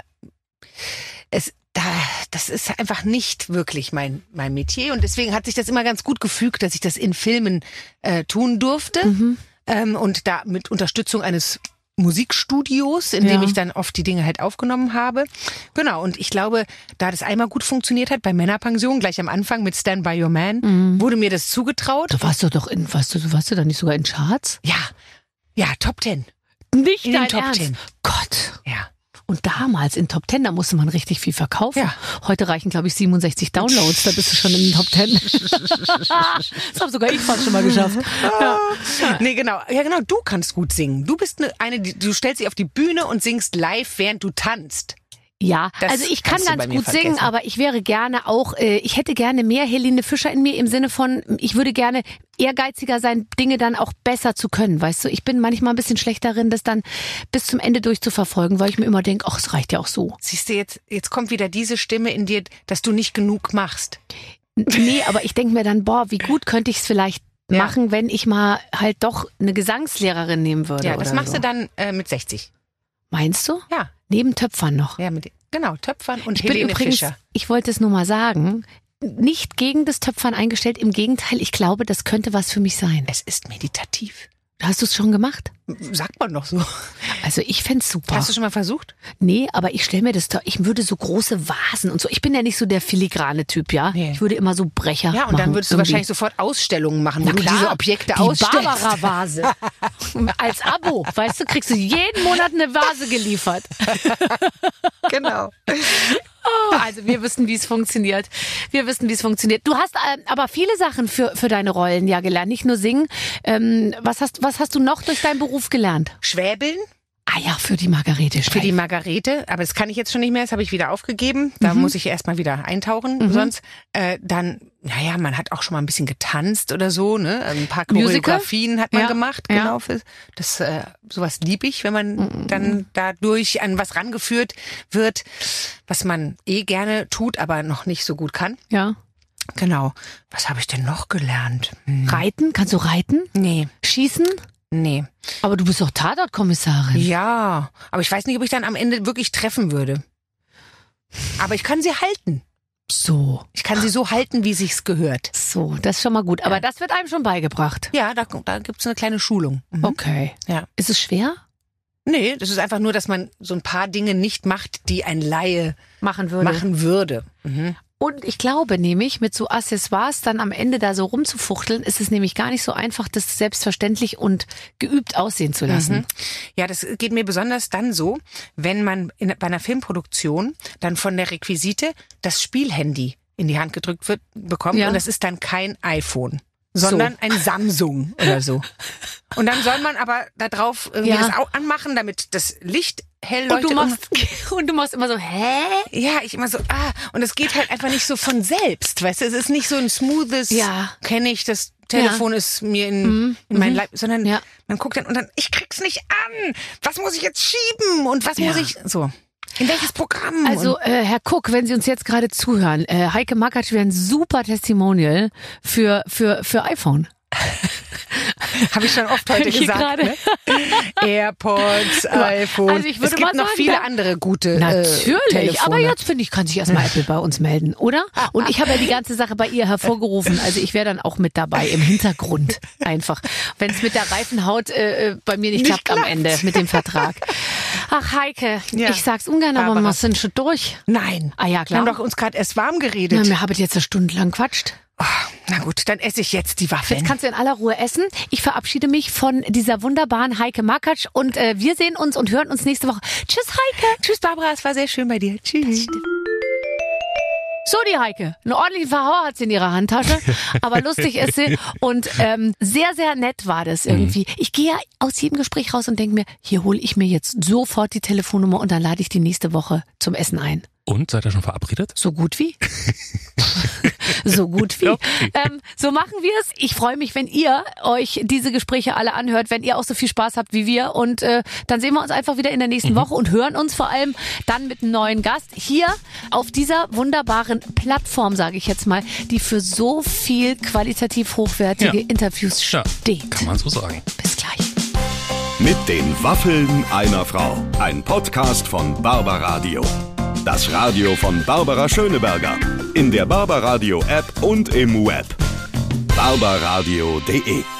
das ist einfach nicht wirklich mein Metier und deswegen hat sich das immer ganz gut gefügt, dass ich das in Filmen tun durfte und da mit Unterstützung eines Musikstudios, in dem ich dann oft die Dinge halt aufgenommen habe. Genau, und ich glaube, da das einmal gut funktioniert hat bei Männerpension, gleich am Anfang mit Stand By Your Man, wurde mir das zugetraut. Du warst du da nicht sogar in Charts? Ja, Top 10. Nicht in dein den Top Ernst? 10. Gott. Ja. Und damals in Top 10, da musste man richtig viel verkaufen. Ja. Heute reichen, glaube ich, 67 Downloads, da bist du schon in den Top 10. Das habe sogar ich fast schon mal geschafft. Ja. Nee, genau. Ja, genau, du kannst gut singen. Du bist du stellst dich auf die Bühne und singst live, während du tanzt. Ja, also ich kann ganz gut singen, aber ich wäre gerne auch, ich hätte gerne mehr Helene Fischer in mir im Sinne von, ich würde gerne ehrgeiziger sein, Dinge dann auch besser zu können, weißt du? Ich bin manchmal ein bisschen schlecht darin, das dann bis zum Ende durchzuverfolgen, weil ich mir immer denke, ach, es reicht ja auch so. Siehst du, jetzt kommt wieder diese Stimme in dir, dass du nicht genug machst. Nee, aber ich denke mir dann, wie gut könnte ich es vielleicht machen, wenn ich mal halt doch eine Gesangslehrerin nehmen würde. Ja, das machst du dann mit 60. Meinst du? Ja. Neben Töpfern noch. Ja, Töpfern und Helene Fischer. Ich wollte es nur mal sagen, nicht gegen das Töpfern eingestellt, im Gegenteil, ich glaube, das könnte was für mich sein. Es ist meditativ. Hast du es schon gemacht? Sagt man doch so. Also ich fänd's super. Hast du schon mal versucht? Nee, aber ich stelle mir ich würde so große Vasen und so. Ich bin ja nicht so der filigrane Typ, ja. Nee. Ich würde immer so Brecher machen. Ja, und dann würdest du wahrscheinlich sofort Ausstellungen machen, wo du diese Objekte ausstellst. Die Barbara-Vase. Als Abo, weißt du, kriegst du jeden Monat eine Vase geliefert. Genau. Also wir wissen, wie es funktioniert. Du hast aber viele Sachen für deine Rollen ja gelernt, nicht nur singen. Was hast du noch durch deinen Beruf gelernt? Schwäbeln. Ah ja, für die Margarete. Für die Margarete, aber das kann ich jetzt schon nicht mehr, das habe ich wieder aufgegeben. Da muss ich erstmal wieder eintauchen. Sonst dann, man hat auch schon mal ein bisschen getanzt oder so, ne? Ein paar Choreografien hat man gemacht, genau. Das sowas lieb ich, wenn man dann dadurch an was rangeführt wird, was man gerne tut, aber noch nicht so gut kann. Ja. Genau. Was habe ich denn noch gelernt? Reiten? Kannst du reiten? Nee. Schießen? Nee. Aber du bist doch Tatortkommissarin. Ja, aber ich weiß nicht, ob ich dann am Ende wirklich treffen würde. Aber ich kann sie halten. So. Ich kann sie so halten, wie sich's gehört. So, das ist schon mal gut. Aber das wird einem schon beigebracht. Ja, da gibt's eine kleine Schulung. Mhm. Okay. Ja. Ist es schwer? Nee, das ist einfach nur, dass man so ein paar Dinge nicht macht, die ein Laie machen würde. Mhm. Und ich glaube nämlich, mit so Accessoires dann am Ende da so rumzufuchteln, ist es nämlich gar nicht so einfach, das selbstverständlich und geübt aussehen zu lassen. Mhm. Ja, das geht mir besonders dann so, wenn man bei einer Filmproduktion dann von der Requisite das Spielhandy in die Hand gedrückt bekommt und das ist dann kein iPhone, sondern ein Samsung oder so. Und dann soll man aber da drauf irgendwie das auch anmachen, damit das Licht hell leuchtet. Und du machst immer so, hä? Ja, ich immer so, und es geht halt einfach nicht so von selbst, weißt du, es ist nicht so ein smoothes, kenne ich, das Telefon ist mir in mein Leib, sondern man guckt dann und dann, ich krieg's nicht an, was muss ich jetzt schieben und was muss ich, so. In welches Programm? Also, Herr Cook, wenn Sie uns jetzt gerade zuhören, Heike Makatsch wäre ein super Testimonial für iPhone. Habe ich schon oft heute gesagt. Ne? AirPods, iPhone. Also ich würde es gibt mal noch sagen, viele andere gute natürlich, Telefone. Aber jetzt finde ich, kann sich erstmal Apple bei uns melden, oder? Und ich habe ja die ganze Sache bei ihr hervorgerufen. Also ich wäre dann auch mit dabei im Hintergrund einfach. Wenn es mit der Reifenhaut bei mir nicht klappt am Ende mit dem Vertrag. Ach Heike, ich sag's ungern, aber wir sind schon durch. Nein. Ah ja, klar. Wir haben doch uns gerade erst warm geredet. Na, wir haben jetzt eine Stunde lang quatscht. Oh, na gut, dann esse ich jetzt die Waffeln. Jetzt kannst du in aller Ruhe essen. Ich verabschiede mich von dieser wunderbaren Heike Makatsch und wir sehen uns und hören uns nächste Woche. Tschüss Heike. Tschüss Barbara, es war sehr schön bei dir. Tschüss. So, die Heike. Einen ordentlichen Verhauer hat sie in ihrer Handtasche, aber lustig ist sie und sehr, sehr nett war das irgendwie. Ich gehe ja aus jedem Gespräch raus und denke mir, hier hole ich mir jetzt sofort die Telefonnummer und dann lade ich die nächste Woche zum Essen ein. Und, seid ihr schon verabredet? So gut wie. So gut wie. Okay. So machen wir es. Ich freue mich, wenn ihr euch diese Gespräche alle anhört, wenn ihr auch so viel Spaß habt wie wir. Und dann sehen wir uns einfach wieder in der nächsten Woche und hören uns vor allem dann mit einem neuen Gast hier auf dieser wunderbaren Plattform, sage ich jetzt mal, die für so viel qualitativ hochwertige Interviews steht. Kann man so sagen. Bis gleich. Mit den Waffeln einer Frau. Ein Podcast von Barbaradio. Das Radio von Barbara Schöneberger. In der Barbaradio App und im Web. barbaradio.de